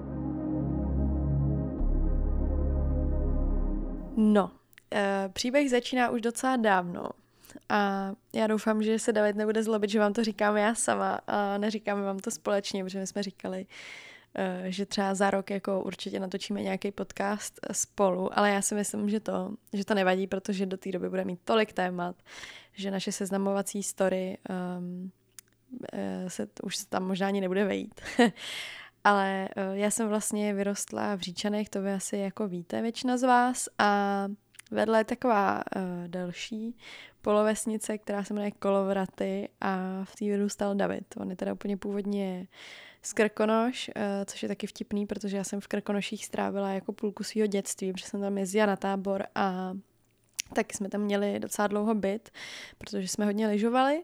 No, e, příběh začíná už docela dávno a já doufám, že se David nebude zlobit, že vám to říkám já sama a neříkáme vám to společně, protože my jsme říkali, e, že třeba za rok jako určitě natočíme nějaký podcast spolu, ale já si myslím, že to, že to nevadí, protože do té doby bude mít tolik témat, že naše seznamovací story um, se už tam možná ani nebude vejít. Ale já jsem vlastně vyrostla v Říčanech, to vy asi jako víte většina z vás a vedle je taková uh, další polovesnice, která se jmenuje Kolovraty a v té vyrůstal David. On je teda úplně původně z Krkonoš, uh, což je taky vtipný, protože já jsem v Krkonoších strávila jako půlku svého dětství, protože jsem tam jezdila na tábor a taky jsme tam měli docela dlouho byt, protože jsme hodně lyžovali.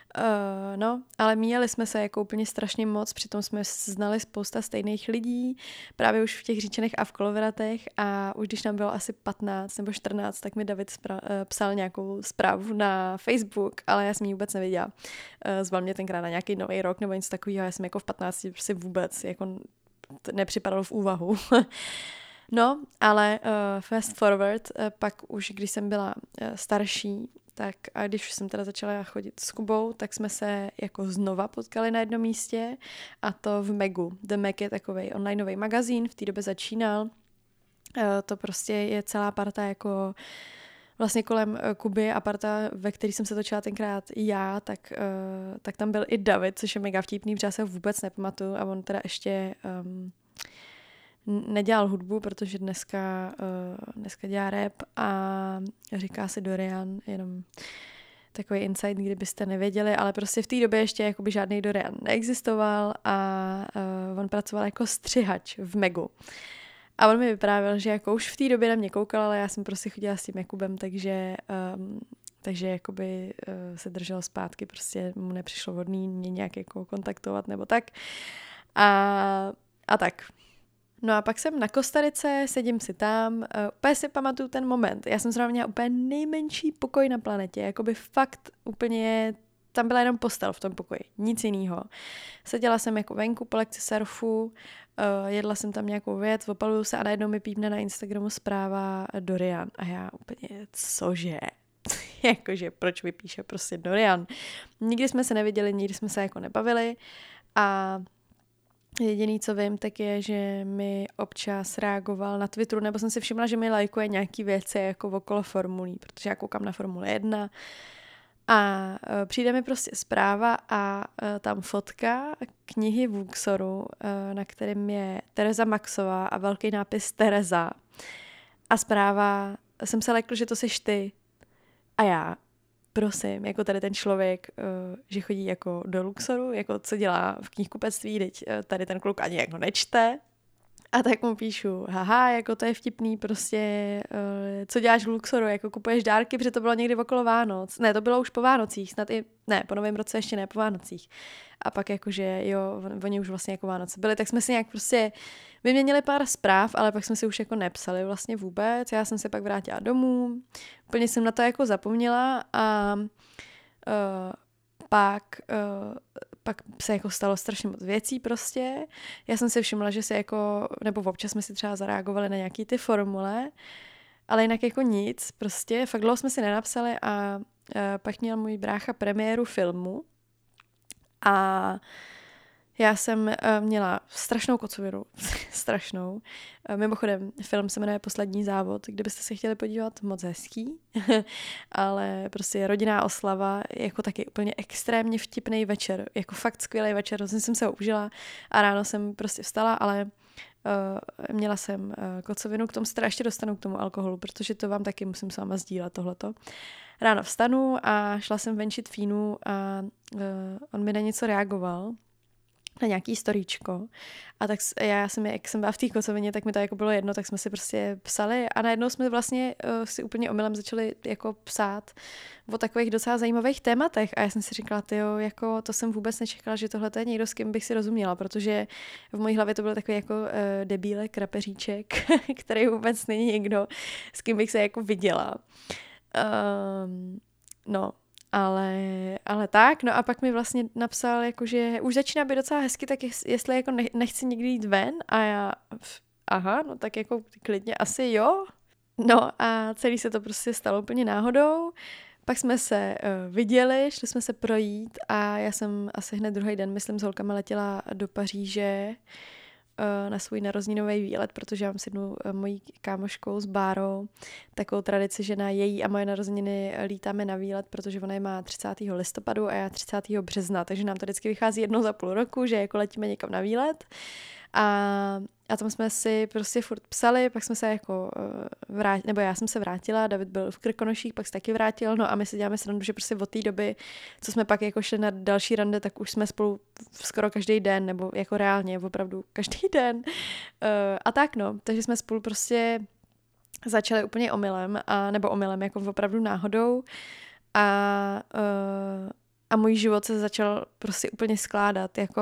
Uh, no, ale míjeli jsme se jako úplně strašně moc, přitom jsme znali spousta stejných lidí, právě už v těch Říčanech a v Kolovratech a už když nám bylo asi patnáct nebo čtrnáct, tak mi David spra- uh, psal nějakou zprávu na Facebook, ale já jsem ji vůbec neviděla. Uh, zval mě tenkrát na nějaký nový rok nebo něco takového, já jsem jako v patnácti prostě vůbec jako nepřipadalo v úvahu. No, ale uh, fast forward, uh, pak už když jsem byla uh, starší, tak a když jsem teda začala chodit s Kubou, tak jsme se jako znova potkali na jednom místě a to v Megu. The Meg je takovej onlineový magazín, v té době začínal. Uh, to prostě je celá parta jako vlastně kolem uh, Kuby a parta, ve který jsem se točila tenkrát já, tak, uh, tak tam byl i David, což je mega vtipný, protože já se ho vůbec nepamatuju a on teda ještě um, nedělal hudbu, protože dneska, uh, dneska dělá rap a říká si Dorian, jenom takový insight, kdybyste nevěděli, ale prostě v té době ještě jakoby žádný Dorian neexistoval a uh, on pracoval jako střihač v Megu. A on mi vyprávěl, že jako už v té době na mě koukal, ale já jsem prostě chodila s tím Jakubem, takže, um, takže jakoby uh, se držel zpátky, prostě mu nepřišlo vhodný mě nějak jako kontaktovat nebo tak. A, a tak. No a pak jsem na Kostarice, sedím si tam, uh, úplně si pamatuju ten moment. Já jsem zrovna měla úplně nejmenší pokoj na planetě, jakoby fakt úplně, tam byla jenom postel v tom pokoji, nic jiného. Seděla jsem jako venku po lekci surfu, uh, jedla jsem tam nějakou věc, opaluju se a najednou mi pípne na Instagramu zpráva Dorian a já úplně, cože? Jakože proč mi píše prostě Dorian? Nikdy jsme se neviděli, nikdy jsme se jako nebavili a Jediný, co vím, tak je, že mi občas reagoval na Twitteru, nebo jsem si všimla, že mi lajkuje nějaký věci jako okolo formulí, protože já koukám na Formule jedna a uh, přijde mi prostě zpráva a uh, tam fotka knihy Vuxoru, uh, na kterém je Tereza Maxová a velký nápis Tereza. A zpráva, jsem se lekl, že to jsi ty. A já, prosím, jako tady ten člověk, uh, že chodí jako do Luxoru, jako co dělá v knihkupectví, teď uh, tady ten kluk ani jako nečte. A tak mu píšu, haha, jako to je vtipný, prostě, uh, co děláš v Luxoru, jako kupuješ dárky, protože to bylo někdy okolo Vánoc. Ne, to bylo už po Vánocích, snad i, ne, po Novém roce ještě ne, po Vánocích. A pak jakože, jo, oni už vlastně jako Vánoce byli, tak jsme si nějak prostě vyměnili pár zpráv, ale pak jsme si už jako nepsali vlastně vůbec. Já jsem se pak vrátila domů, úplně jsem na to jako zapomněla a uh, pak, uh, pak se jako stalo strašně moc věcí prostě. Já jsem si všimla, že se jako, nebo občas jsme si třeba zareagovali na nějaký ty formule, ale jinak jako nic, prostě fakt dlouho jsme si nenapsali a uh, pak měl můj brácha premiéru filmu a já jsem uh, měla strašnou kocovinu, strašnou. Uh, mimochodem, film se jmenuje Poslední závod, kdybyste se chtěli podívat, moc hezký, ale prostě rodinná oslava, jako taky úplně extrémně vtipný večer, jako fakt skvělý večer, hrozně jsem se ho užila a ráno jsem prostě vstala, ale uh, měla jsem uh, kocovinu, k tomu se teda ještě dostanu k tomu alkoholu, protože to vám taky musím s váma sdílet tohleto. Ráno vstanu a šla jsem venčit Fínu a uh, on mi na něco reagoval, na nějaký storíčko. A tak já jsem, jak jsem byla v té kocovině, tak mi to jako bylo jedno, tak jsme si prostě psali a najednou jsme vlastně uh, si úplně omylem začali jako psát o takových docela zajímavých tématech a já jsem si říkala, tyjo, jako to jsem vůbec nečekala, že tohle je někdo, s kým bych si rozuměla, protože v mojí hlavě to byl takový jako uh, debílek, krapeříček, který vůbec není někdo, s kým bych se jako viděla. Um, no, Ale, ale tak, no a pak mi vlastně napsal, jako, že už začíná být docela hezky, tak jestli jako nechci někdy jít ven a já, aha, no tak jako klidně asi jo. No a celý se to prostě stalo úplně náhodou. Pak jsme se uh, viděli, šli jsme se projít a já jsem asi hned druhý den, myslím, s holkama letěla do Paříže na svůj narozeninový výlet, protože já mám s jednou mojí kámoškou s Bárou takovou tradici, že na její a moje narozeniny lítáme na výlet, protože ona je má třicátého listopadu a já třicátého března, takže nám to vždycky vychází jednou za půl roku, že jako letíme někam na výlet a, a tam jsme si prostě furt psali, pak jsme se jako vrátili, nebo já jsem se vrátila, David byl v Krkonoších, pak se taky vrátil, no a my si děláme srandu, že prostě od té doby, co jsme pak jako šli na další rande, tak už jsme spolu skoro každý den, nebo jako reálně, opravdu každý den. Uh, a tak no, takže jsme spolu prostě začali úplně omylem, a, nebo omylem jako opravdu náhodou a, uh, a můj život se začal prostě úplně skládat, jako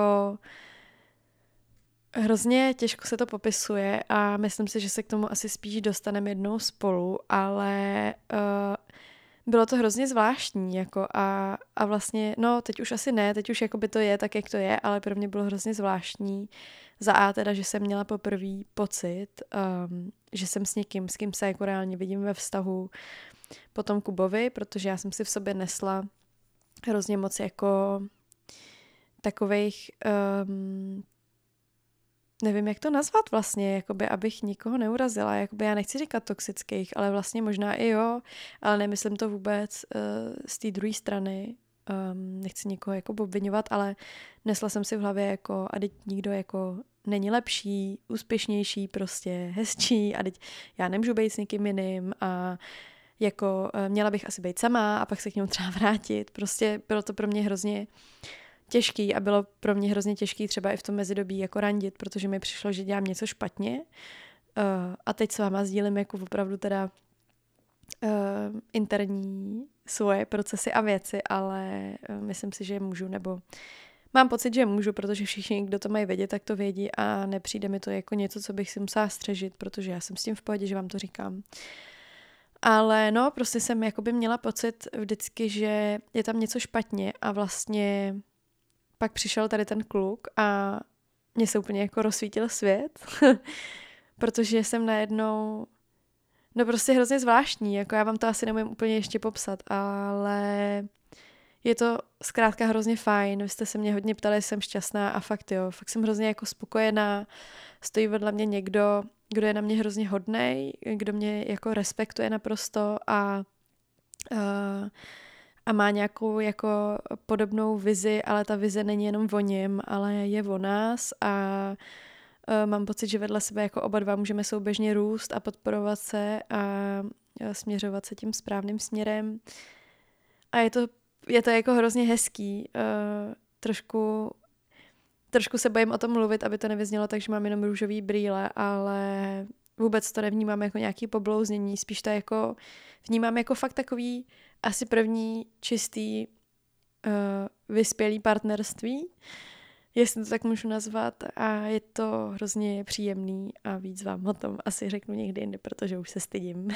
hrozně těžko se to popisuje a myslím si, že se k tomu asi spíš dostaneme jednou spolu, ale uh, bylo to hrozně zvláštní jako a, a vlastně, no teď už asi ne, teď už jakoby to je tak, jak to je, ale pro mě bylo hrozně zvláštní. Za A teda, že jsem měla poprvé pocit, um, že jsem s někým, s kým se jako reálně vidím ve vztahu potom Kubovi, protože já jsem si v sobě nesla hrozně moc jako takovejch um, nevím, jak to nazvat vlastně, jakoby, abych nikoho neurazila, jakoby já nechci říkat toxických, ale vlastně možná i jo, ale nemyslím to vůbec uh, z té druhé strany, um, nechci nikoho jako obviňovat, ale nesla jsem si v hlavě jako, a teď nikdo jako není lepší, úspěšnější, prostě hezčí a teď já nemůžu být s někým jiným a jako uh, měla bych asi být sama a pak se k němu třeba vrátit, prostě bylo to pro mě hrozně těžký a bylo pro mě hrozně těžký třeba i v tom mezidobí jako randit, protože mi přišlo, že dělám něco špatně uh, a teď s váma sdílím jako opravdu teda uh, interní svoje procesy a věci, ale uh, myslím si, že můžu, nebo mám pocit, že můžu, protože všichni, kdo to mají vědět, tak to vědí a nepřijde mi to jako něco, co bych si musela střežit, protože já jsem s tím v pohodě, že vám to říkám. Ale no, prostě jsem jakoby měla pocit vždycky, že je tam něco špatně a vlastně pak přišel tady ten kluk a mně se úplně jako rozsvítil svět, protože jsem najednou, no prostě hrozně zvláštní, jako já vám to asi nemůžu úplně ještě popsat, ale je to zkrátka hrozně fajn, vy jste se mě hodně ptali, jsem šťastná a fakt jo, fakt jsem hrozně jako spokojená, stojí vedle mě někdo, kdo je na mě hrozně hodnej, kdo mě jako respektuje naprosto a uh, a má nějakou jako podobnou vizi, ale ta vize není jenom o něm, ale je o nás a uh, mám pocit, že vedle sebe jako oba dva můžeme souběžně růst a podporovat se a uh, směřovat se tím správným směrem. A je to, je to jako hrozně hezký. Uh, trošku, trošku se bojím o tom mluvit, aby to nevyznělo tak, že mám jenom růžový brýle, ale vůbec to nevnímám jako nějaký poblouznění, spíš to jako vnímám jako fakt takový asi první čistý uh, vyspělý partnerství, jestli to tak můžu nazvat, a je to hrozně příjemný a víc vám o tom asi řeknu někdy jindy, protože už se stydím.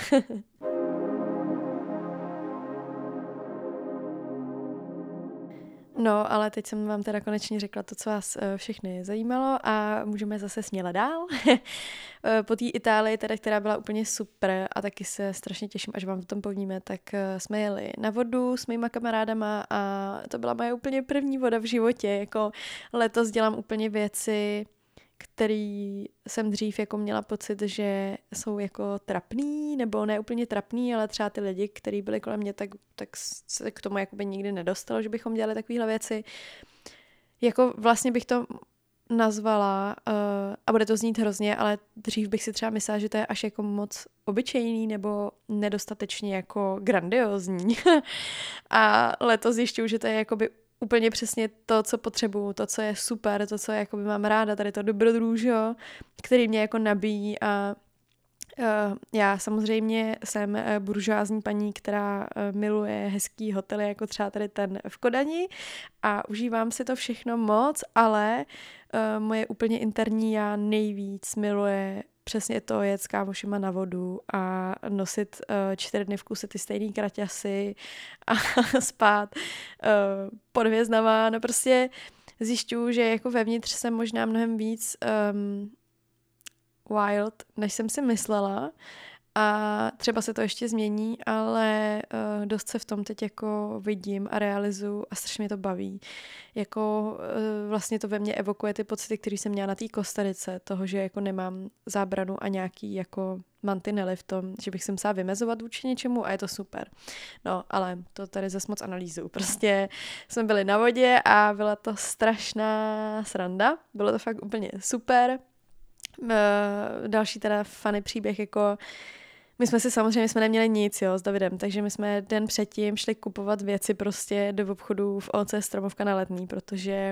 No, ale teď jsem vám teda konečně řekla to, co vás všechny zajímalo a můžeme zase směle dál. Po té Itálii, teda, která byla úplně super a taky se strašně těším, až vám o tom povíme, tak jsme jeli na vodu s mýma kamarádama a to byla moje úplně první voda v životě. Jako letos dělám úplně věci, který jsem dřív jako měla pocit, že jsou jako trapný, nebo ne úplně trapný, ale třeba ty lidi, kteří byli kolem mě, tak, tak se k tomu jakoby nikdy nedostalo, že bychom dělali takovéhle věci. Jako vlastně bych to nazvala, uh, a bude to znít hrozně, ale dřív bych si třeba myslela, že to je až jako moc obyčejný nebo nedostatečně jako grandiózní. A letos zjišťuju, že to je jakoby úplně přesně to, co potřebuju, to, co je super, to, co jakoby mám ráda, tady to dobrodružo, který mě jako nabíjí a uh, já samozřejmě jsem uh, buržoázní paní, která uh, miluje hezký hotely, jako třeba tady ten v Kodani a užívám si to všechno moc, ale uh, moje úplně interní já nejvíc miluje přesně to jet s kámošima na vodu a nosit uh, čtyři dny v kuse ty stejný kraťasy a spát uh, pod hvězdama. No prostě zjišťuju, že jako vevnitř jsem možná mnohem víc um, wild, než jsem si myslela. A třeba se to ještě změní, ale uh, dost se v tom teď jako vidím a realizuju a strašně mě to baví. Jako uh, vlastně to ve mně evokuje ty pocity, které jsem měla na té Kostarice, toho, že jako nemám zábranu a nějaký jako mantinely v tom, že bych se musela vymezovat vůči něčemu a je to super. No, ale to tady zase moc analýzuju. Prostě jsme byli na vodě a byla to strašná sranda. Bylo to fakt úplně super. Uh, další teda funny příběh, jako my jsme si samozřejmě jsme neměli nic, jo, s Davidem, takže my jsme den předtím šli kupovat věci prostě do obchodu v O C Stromovka na Letný, protože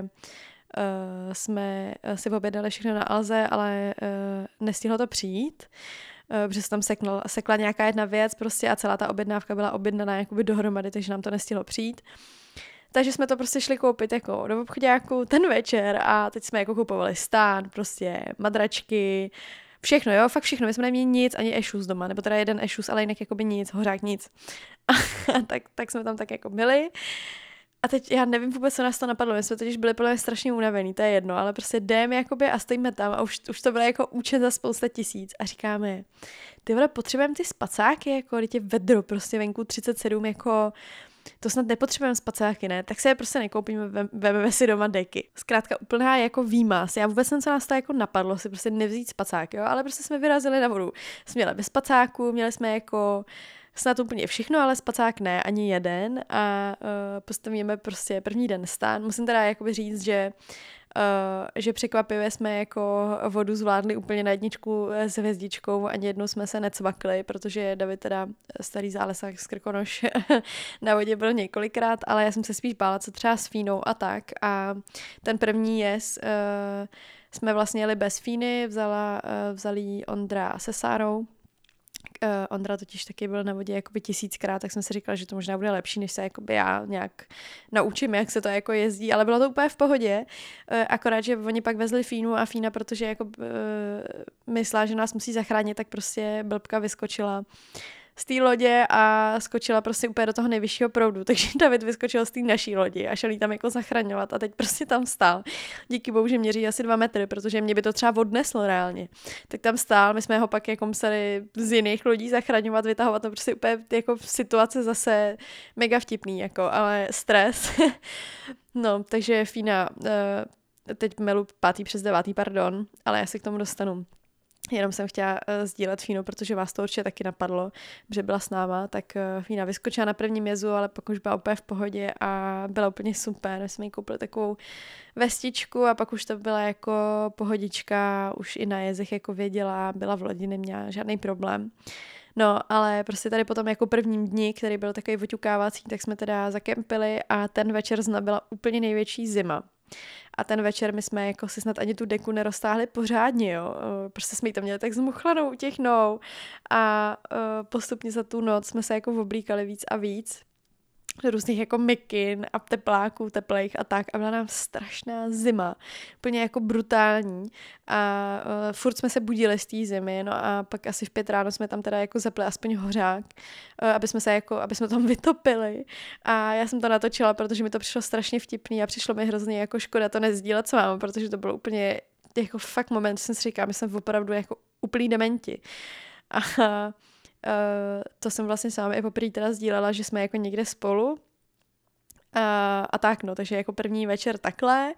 uh, jsme si objednali všechno na Alze, ale uh, nestihlo to přijít, uh, protože se tam seknul, sekla nějaká jedna věc prostě a celá ta objednávka byla objednaná jakoby dohromady, takže nám to nestihlo přijít. Takže jsme to prostě šli koupit jako do obchodáku ten večer a teď jsme jako kupovali stán, prostě madračky, všechno, jo, fakt všechno. My jsme neměli nic, ani ešus doma, nebo teda jeden ešus, ale jinak jakoby nic, hořák nic. A tak, tak jsme tam tak jako byli. A teď já nevím vůbec, co nás to napadlo. My jsme totiž byli podle mě strašně unavený, to je jedno, ale prostě jdeme jakoby a stojíme tam a už, už to bylo jako účet za spousta tisíc a říkáme, ty vole, potřebujeme ty spacáky, jako teď je vedro, prostě venku třicet sedm, jako to snad nepotřebujeme spacáky, ne? Tak se je prostě nekoupíme, vezmeme si doma deky. Zkrátka úplná jako výmaz. Já vůbec jsem, co nás to jako napadlo, si prostě nevzít spacák, jo? Ale prostě jsme vyrazili na vodu. Jsme měli bez spacáku, měli jsme jako snad úplně všechno, ale spacák ne, ani jeden a uh, postavíme prostě první den stán. Musím teda jakoby říct, že Uh, že překvapivě jsme jako vodu zvládli úplně na jedničku s hvězdičkou, ani jednou jsme se necvakli, protože David teda starý zálesák z Krkonoš na vodě byl několikrát, ale já jsem se spíš bála, co třeba s Fínou a tak. A ten první jez uh, jsme vlastně jeli bez Fíny, vzala, uh, vzal jí Ondra se Sárou. Uh, Ondra totiž taky byl na vodě jakoby tisíckrát, tak jsem si říkala, že to možná bude lepší, než se jakoby já nějak naučím, jak se to jako jezdí, ale bylo to úplně v pohodě, uh, akorát, že oni pak vezli Fínu a Fína, protože jako uh, myslela, že nás musí zachránit, tak prostě blbka vyskočila z té lodě a skočila prostě úplně do toho nejvyššího proudu, takže David vyskočil z té naší lodi a šel jí tam jako zachraňovat a teď prostě tam stál. Díky bohu, že měří asi dva metry, protože mě by to třeba odneslo reálně. Tak tam stál, my jsme ho pak jako museli z jiných lodí zachraňovat, vytahovat, to prostě úplně jako situace zase mega vtipný, jako, ale stres. No, takže Fína, teď melu pátý přes devátý, pardon, ale já se k tomu dostanu. Jenom jsem chtěla uh, sdílet Fínu, protože vás to určitě taky napadlo, že byla s náma, tak uh, Fína vyskočila na prvním jezu, ale pak už byla úplně v pohodě a byla úplně super. My jsme jí koupili takovou vestičku a pak už to byla jako pohodička, už i na jezech jako věděla, byla v lodi, neměla žádný problém. No, ale prostě tady potom jako prvním dni, který byl takový oťukávací, tak jsme teda zakempili a ten večer zna byla úplně největší zima. A ten večer my jsme jako si snad ani tu deku neroztáhli pořádně, jo. Prostě jsme jí tam měli tak zmuchlanou u těch nou a postupně za tu noc jsme se jako oblíkali víc a víc do různých jako mikin a tepláků teplejch a tak a byla nám strašná zima, úplně jako brutální a uh, furt jsme se budili z té zimy, no a pak asi v pět ráno jsme tam teda jako zapli aspoň hořák, uh, aby jsme se jako, aby jsme tam vytopili a já jsem to natočila, protože mi to přišlo strašně vtipný a přišlo mi hrozně jako škoda to nezdílet s vámi, protože to bylo úplně jako fakt moment, jsem si říkala, my jsme opravdu jako úplný dementi a Uh, to jsem vlastně sama i poprvé teda sdílela, že jsme jako někde spolu uh, a tak no, takže jako první večer takhle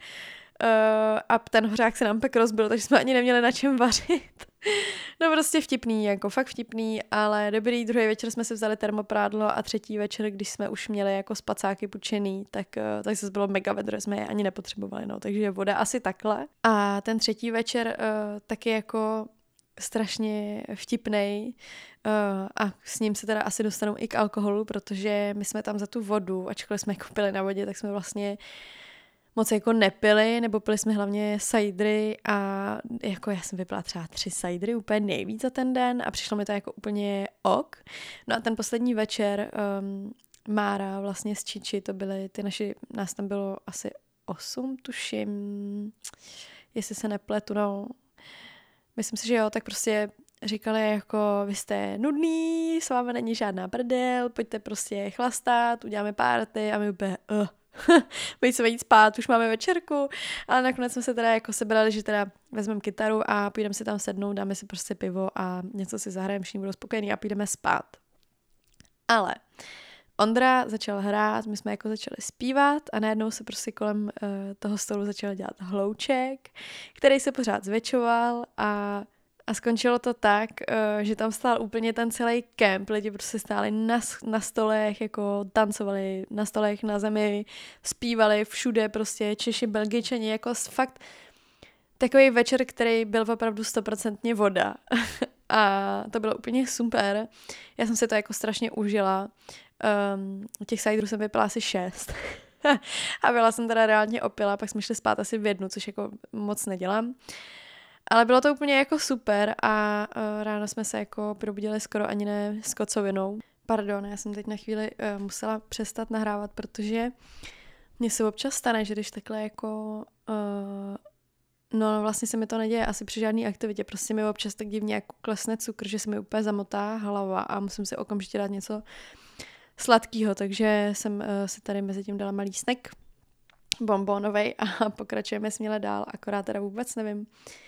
uh, a ten hořák se nám pak rozbil, takže jsme ani neměli na čem vařit. No prostě vtipný, jako fakt vtipný, ale dobrý, druhý večer jsme si vzali termoprádlo a třetí večer, když jsme už měli jako spacáky půjčený, tak, uh, tak se bylo mega vedro, jsme je ani nepotřebovali, no, takže voda asi takhle. A ten třetí večer uh, taky jako strašně vtipnej uh, a s ním se teda asi dostanu i k alkoholu, protože my jsme tam za tu vodu, ačkoliv jsme jako pili na vodě, tak jsme vlastně moc jako nepili, nebo pili jsme hlavně sajdry a jako já jsem vypila třeba tři sajdry, úplně nejvíc za ten den a přišlo mi to jako úplně ok. No a ten poslední večer um, Mára vlastně s Čiči, to byly ty naši, nás tam bylo asi osm, tuším, jestli se nepletu, no. Myslím si, že jo, tak prostě říkali jako, vy jste nudný, s vámi není žádná prdel, pojďte prostě chlastat, uděláme párty a my úplně, uh, pojď se jít spát, už máme večerku, ale nakonec jsme se teda jako sebrali, že teda vezmeme kytaru a půjdeme si tam sednout, dáme si prostě pivo a něco si zahrajeme, všichni budou spokojení a půjdeme spát. Ale Ondra začal hrát, my jsme jako začali zpívat a najednou se prostě kolem uh, toho stolu začal dělat hlouček, který se pořád zvětšoval a, a skončilo to tak, uh, že tam stál úplně ten celý kemp, lidi prostě stáli na, na stolech, jako tancovali na stolech, na zemi, zpívali všude prostě Češi, Belgičani, jako fakt takový večer, který byl opravdu stoprocentně voda. A to bylo úplně super. Já jsem si to jako strašně užila. Um, těch sajdrů jsem vypila asi šest. A byla jsem teda reálně opila, pak jsme šli spát asi v jednu, což jako moc nedělám. Ale bylo to úplně jako super a uh, ráno jsme se jako probudili skoro ani ne s kocovinou. Pardon, já jsem teď na chvíli uh, musela přestat nahrávat, protože mně se občas stane, že když takhle jako... Uh, No vlastně se mi to neděje asi při žádný aktivitě, prostě mi občas tak divně jako klesne cukr, že se mi úplně zamotá hlava a musím si okamžitě dát něco sladkého, takže jsem uh, si tady mezi tím dala malý snack, bonbonovej a pokračujeme směle dál, akorát teda vůbec nevím,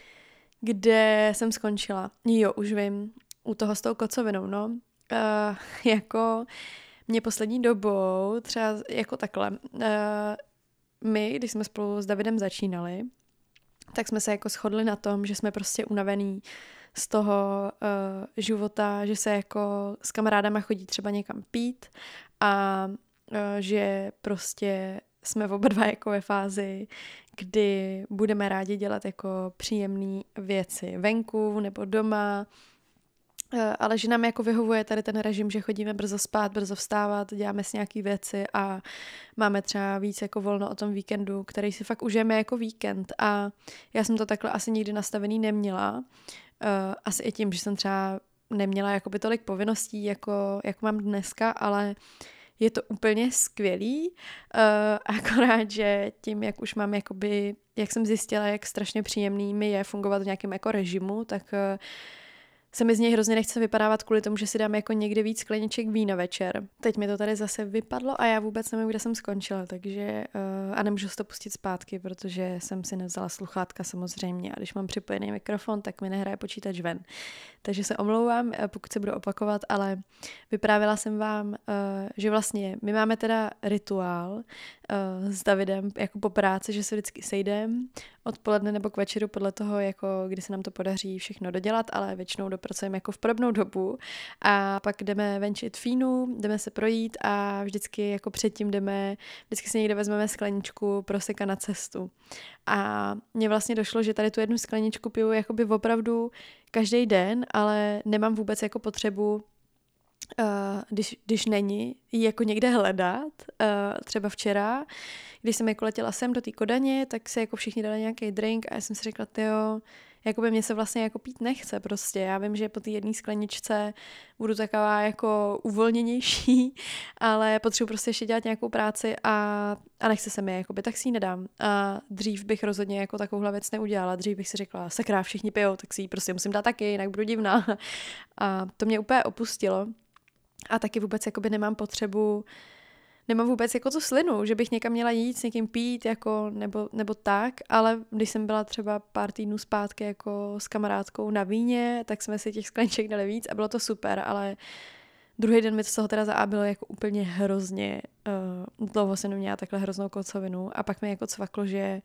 kde jsem skončila. Jo, už vím, u toho s tou kocovinou, no, uh, jako mě poslední dobou, třeba jako takhle, uh, my, když jsme spolu s Davidem začínali, tak jsme se jako shodli na tom, že jsme prostě unavený z toho uh, života, že se jako s kamarádama chodí třeba někam pít a uh, že prostě jsme oba dva jako ve fázi, kdy budeme rádi dělat jako příjemné věci venku nebo doma, ale že nám jako vyhovuje tady ten režim, že chodíme brzo spát, brzo vstávat, děláme si nějaký věci a máme třeba víc jako volno o tom víkendu, který si fakt užijeme jako víkend a já jsem to takhle asi nikdy nastavený neměla. Asi i tím, že jsem třeba neměla jakoby tolik povinností, jako, jako mám dneska, ale je to úplně skvělý, akorát, že tím, jak už mám jakoby, jak jsem zjistila, jak strašně příjemný mi je fungovat v nějakém jako režimu, tak se mi z něj hrozně nechce vypadávat kvůli tomu, že si dám jako někdy víc skleniček vína večer. Teď mi to tady zase vypadlo a já vůbec nevím, kde jsem skončila, takže uh, a nemůžu si to pustit zpátky, protože jsem si nevzala sluchátka samozřejmě a když mám připojený mikrofon, tak mi nehraje počítač ven. Takže se omlouvám, pokud se budu opakovat, ale vyprávěla jsem vám, uh, že vlastně my máme teda rituál uh, s Davidem jako po práci, že se vždycky sejdeme odpoledne nebo k večeru podle toho, jako kdy se nám to podaří všechno dodělat, ale většinou dopracujeme jako v podobnou dobu a pak jdeme venčit fínu, jdeme se projít a vždycky jako předtím jdeme, vždycky si někde vezmeme skleničku proseka na cestu. A mně vlastně došlo, že tady tu jednu skleničku piju jakoby opravdu každý den, ale nemám vůbec jako potřebu Uh, když, když není, ji jako někde hledat. Uh, třeba včera, když jsem jako letěla sem do té Kodaně, tak se jako všichni dali nějaký drink a já jsem si řekla, tyjo, jakoby mě se vlastně jako pít nechce prostě. Já vím, že po té jedné skleničce budu taková jako uvolněnější, ale potřebuji prostě ještě dělat nějakou práci a, a nechce se mi, jakoby, tak si ji nedám. A dřív bych rozhodně jako takovouhle věc neudělala. Dřív bych si řekla, sakra, všichni pijou, tak si ji prostě musím dát taky, jinak budu divná. A to mě úplně opustilo. A taky vůbec jakoby nemám potřebu, nemám vůbec jako tu slinu, že bych někam měla jít s někým pít jako, nebo, nebo tak, ale když jsem byla třeba pár týdnů zpátky jako s kamarádkou na víně, tak jsme si těch skleniček dali víc a bylo to super, ale druhý den mi to z toho teda zaábilo jako úplně hrozně, uh, dlouho jsem měla takhle hroznou kocovinu a pak mi jako cvaklo, že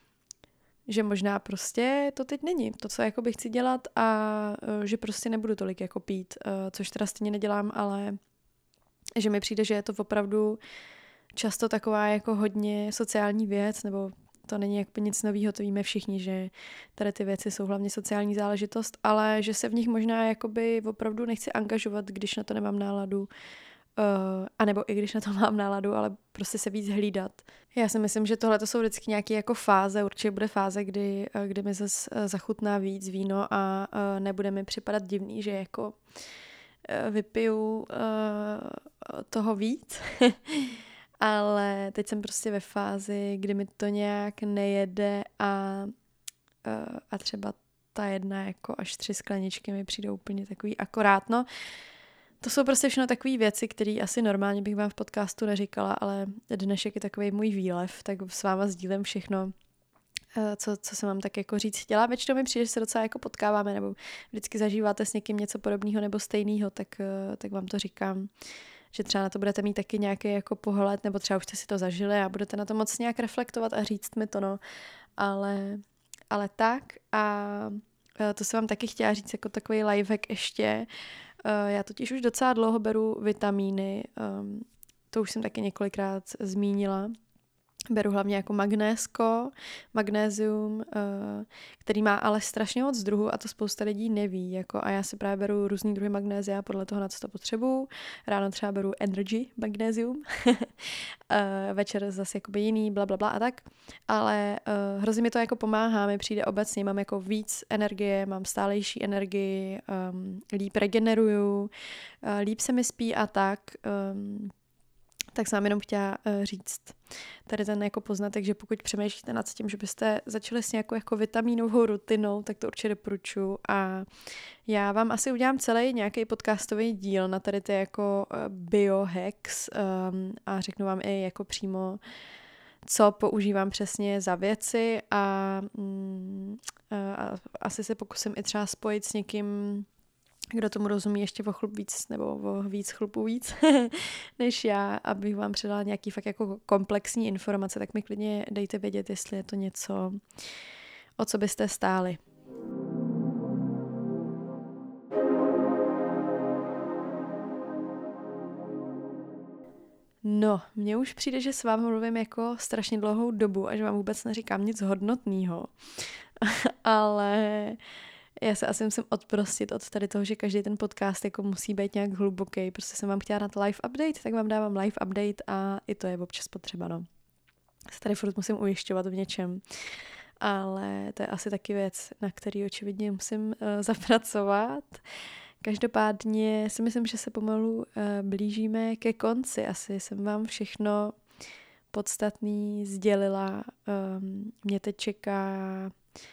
že možná prostě to teď není to, co jako bych chci dělat a uh, že prostě nebudu tolik jako pít, uh, což teda stejně nedělám, ale že mi přijde, že je to opravdu často taková jako hodně sociální věc, nebo to není jako nic novýho, to víme všichni, že tady ty věci jsou hlavně sociální záležitost, ale že se v nich možná jakoby opravdu nechci angažovat, když na to nemám náladu, Uh, a nebo i když na to mám náladu, ale prostě se víc hlídat. Já si myslím, že tohle to jsou vždycky nějaké jako fáze, určitě bude fáze, kdy, kdy mi zase zachutná víc víno a uh, nebude mi připadat divný, že jako uh, vypiju uh, toho víc, ale teď jsem prostě ve fázi, kdy mi to nějak nejede a, uh, a třeba ta jedna jako až tři skleničky mi přijdou úplně takový akorát, no. To jsou prostě všechno takové věci, které asi normálně bych vám v podcastu neříkala, ale dnešek je takový můj výlev, tak s váma sdílím všechno, co, co jsem vám tak jako říct chtěla. Většinou mi přijde, že se docela jako potkáváme, nebo vždycky zažíváte s někým něco podobného nebo stejného, tak, tak vám to říkám, že třeba na to budete mít taky nějaký jako pohled, nebo třeba už jste si to zažili a budete na to moc nějak reflektovat a říct mi to, no. Ale, ale tak a to jsem vám taky chtěla říct jako takový lifehack ještě. Já totiž už docela dlouho beru vitamíny, um, to už jsem taky několikrát zmínila. Beru hlavně jako magnézko, magnézium, uh, který má ale strašně moc druhů a to spousta lidí neví. Jako, a já si právě beru různý druhy magnézia podle toho, na co to potřebuju. Ráno třeba beru energy magnézium, uh, večer zase jakoby jiný, bla, bla, bla a tak. Ale uh, hrozně mi to jako pomáhá, mi přijde obecně, mám jako víc energie, mám stálejší energii, um, líp regeneruju, uh, líp se mi spí a tak. Um, tak jsem vám jenom chtěla uh, říct tady ten jako poznatek, že pokud přemýšlíte nad tím, že byste začali s nějakou jako vitamínovou rutinou, tak to určitě doporučuji a já vám asi udělám celý nějaký podcastový díl na tady ty jako uh, biohacks um, a řeknu vám i jako přímo, co používám přesně za věci a, mm, a asi se pokusím i třeba spojit s někým, kdo tomu rozumí ještě o chlup víc, nebo o víc chlupů víc, než já, abych vám předala nějaký fakt jako komplexní informace, tak mi klidně dejte vědět, jestli je to něco, o co byste stáli. No, mně už přijde, že s vámi mluvím jako strašně dlouhou dobu a že vám vůbec neříkám nic hodnotného, ale já se asi musím odprostit od tady toho, že každý ten podcast jako musí být nějak hluboký. Prostě jsem vám chtěla dát live update, tak vám dávám live update a i to je občas potřeba, no. Se tady furt musím ujišťovat v něčem. Ale to je asi taky věc, na který očividně musím uh, zapracovat. Každopádně si myslím, že se pomalu uh, blížíme ke konci. Asi jsem vám všechno podstatný sdělila. Um, mě teď čeká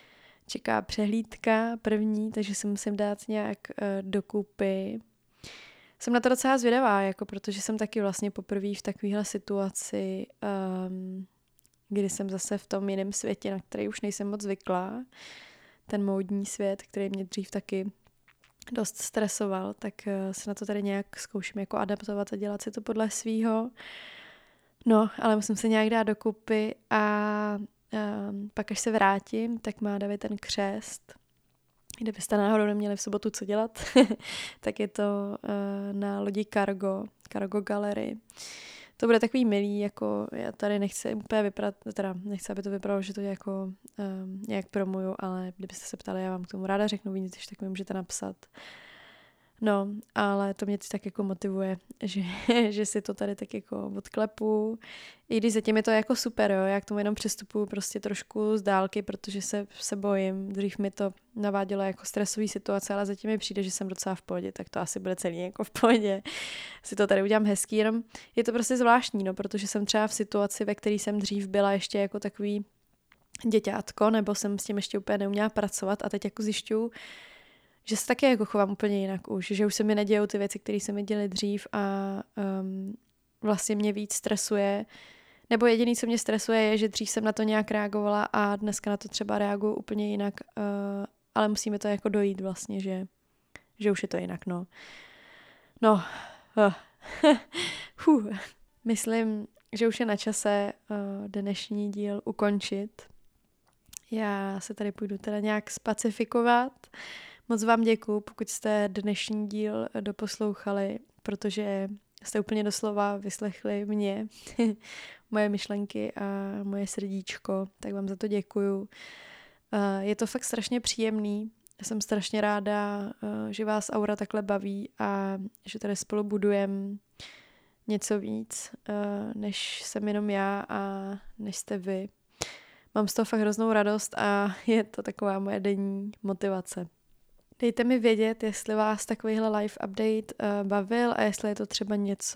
čeká přehlídka první, takže si musím dát nějak uh, dokupy. Jsem na to docela zvědavá, jako protože jsem taky vlastně poprvé v takovéhle situaci, um, kdy jsem zase v tom jiném světě, na který už nejsem moc zvyklá. Ten módní svět, který mě dřív taky dost stresoval, tak uh, se na to tady nějak zkouším jako adaptovat a dělat si to podle svýho. No, ale musím se nějak dát dokupy a um, pak, až se vrátím, tak má David ten křest. Kdybyste náhodou neměli v sobotu co dělat, tak je to uh, na lodi Cargo, Cargo Gallery. To bude takový milý, jako já tady nechci úplně vypadat, teda nechci, aby to vypadalo, že to jako um, nějak promuju, ale kdybyste se ptali, já vám k tomu ráda řeknu víc, když tak mi můžete napsat. No, ale to mě tak jako motivuje, že, že si to tady tak jako odklepu. I když zatím je to jako super, jo, já k tomu jenom přistupuji prostě trošku z dálky, protože se, se bojím. Dřív mi to navádělo jako stresový situace, ale zatím mi přijde, že jsem docela v pohodě, tak to asi bude celý jako v pohodě. Si to tady udělám hezký, jenom je to prostě zvláštní, no, protože jsem třeba v situaci, ve které jsem dřív byla ještě jako takový děťátko, nebo jsem s tím ještě úplně neuměla pracovat a teď jako zjišťuju, že se taky jako chovám úplně jinak už, že už se mi nedějou ty věci, které se mi děly dřív a um, vlastně mě víc stresuje, nebo jediný, co mě stresuje, je, že dřív jsem na to nějak reagovala a dneska na to třeba reaguju úplně jinak, uh, ale musíme to jako dojít vlastně, že, že už je to jinak, no. No, uh. huh. Myslím, že už je na čase uh, dnešní díl ukončit. Já se tady půjdu teda nějak spacifikovat. Moc vám děkuju, pokud jste dnešní díl doposlouchali, protože jste úplně doslova vyslechli mě, moje myšlenky a moje srdíčko, tak vám za to děkuju. Je to fakt strašně příjemný, jsem strašně ráda, že vás Aura takhle baví a že tady spolu budujeme něco víc, než jsem jenom já a než jste vy. Mám z toho fakt hroznou radost a je to taková moje denní motivace. Dejte mi vědět, jestli vás takovýhle live update uh, bavil a jestli je to třeba něco,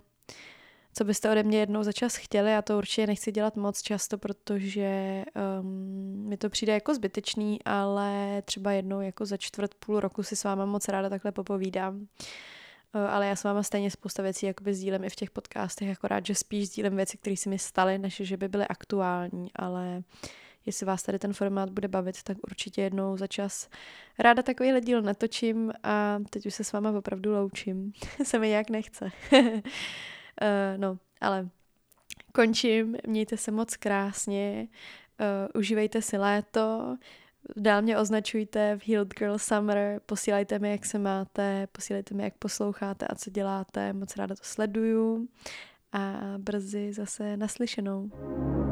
co byste ode mě jednou za čas chtěli. Já to určitě nechci dělat moc často, protože um, mi to přijde jako zbytečný, ale třeba jednou jako za čtvrt půl roku si s váma moc ráda takhle popovídám. Uh, ale já s váma stejně spousta věcí jakoby sdílím i v těch podcastech, akorát, že spíš sdílím věci, které se mi staly, než že by byly aktuální, ale jestli vás tady ten formát bude bavit, tak určitě jednou za čas ráda takovýhle díl natočím a teď už se s váma opravdu loučím. Se mi nějak nechce. uh, no, ale končím. Mějte se moc krásně. Uh, užívejte si léto. Dál mě označujte v Healed Girl Summer. Posílejte mi, jak se máte. Posílejte mi, jak posloucháte a co děláte. Moc ráda to sleduju. A brzy zase naslyšenou.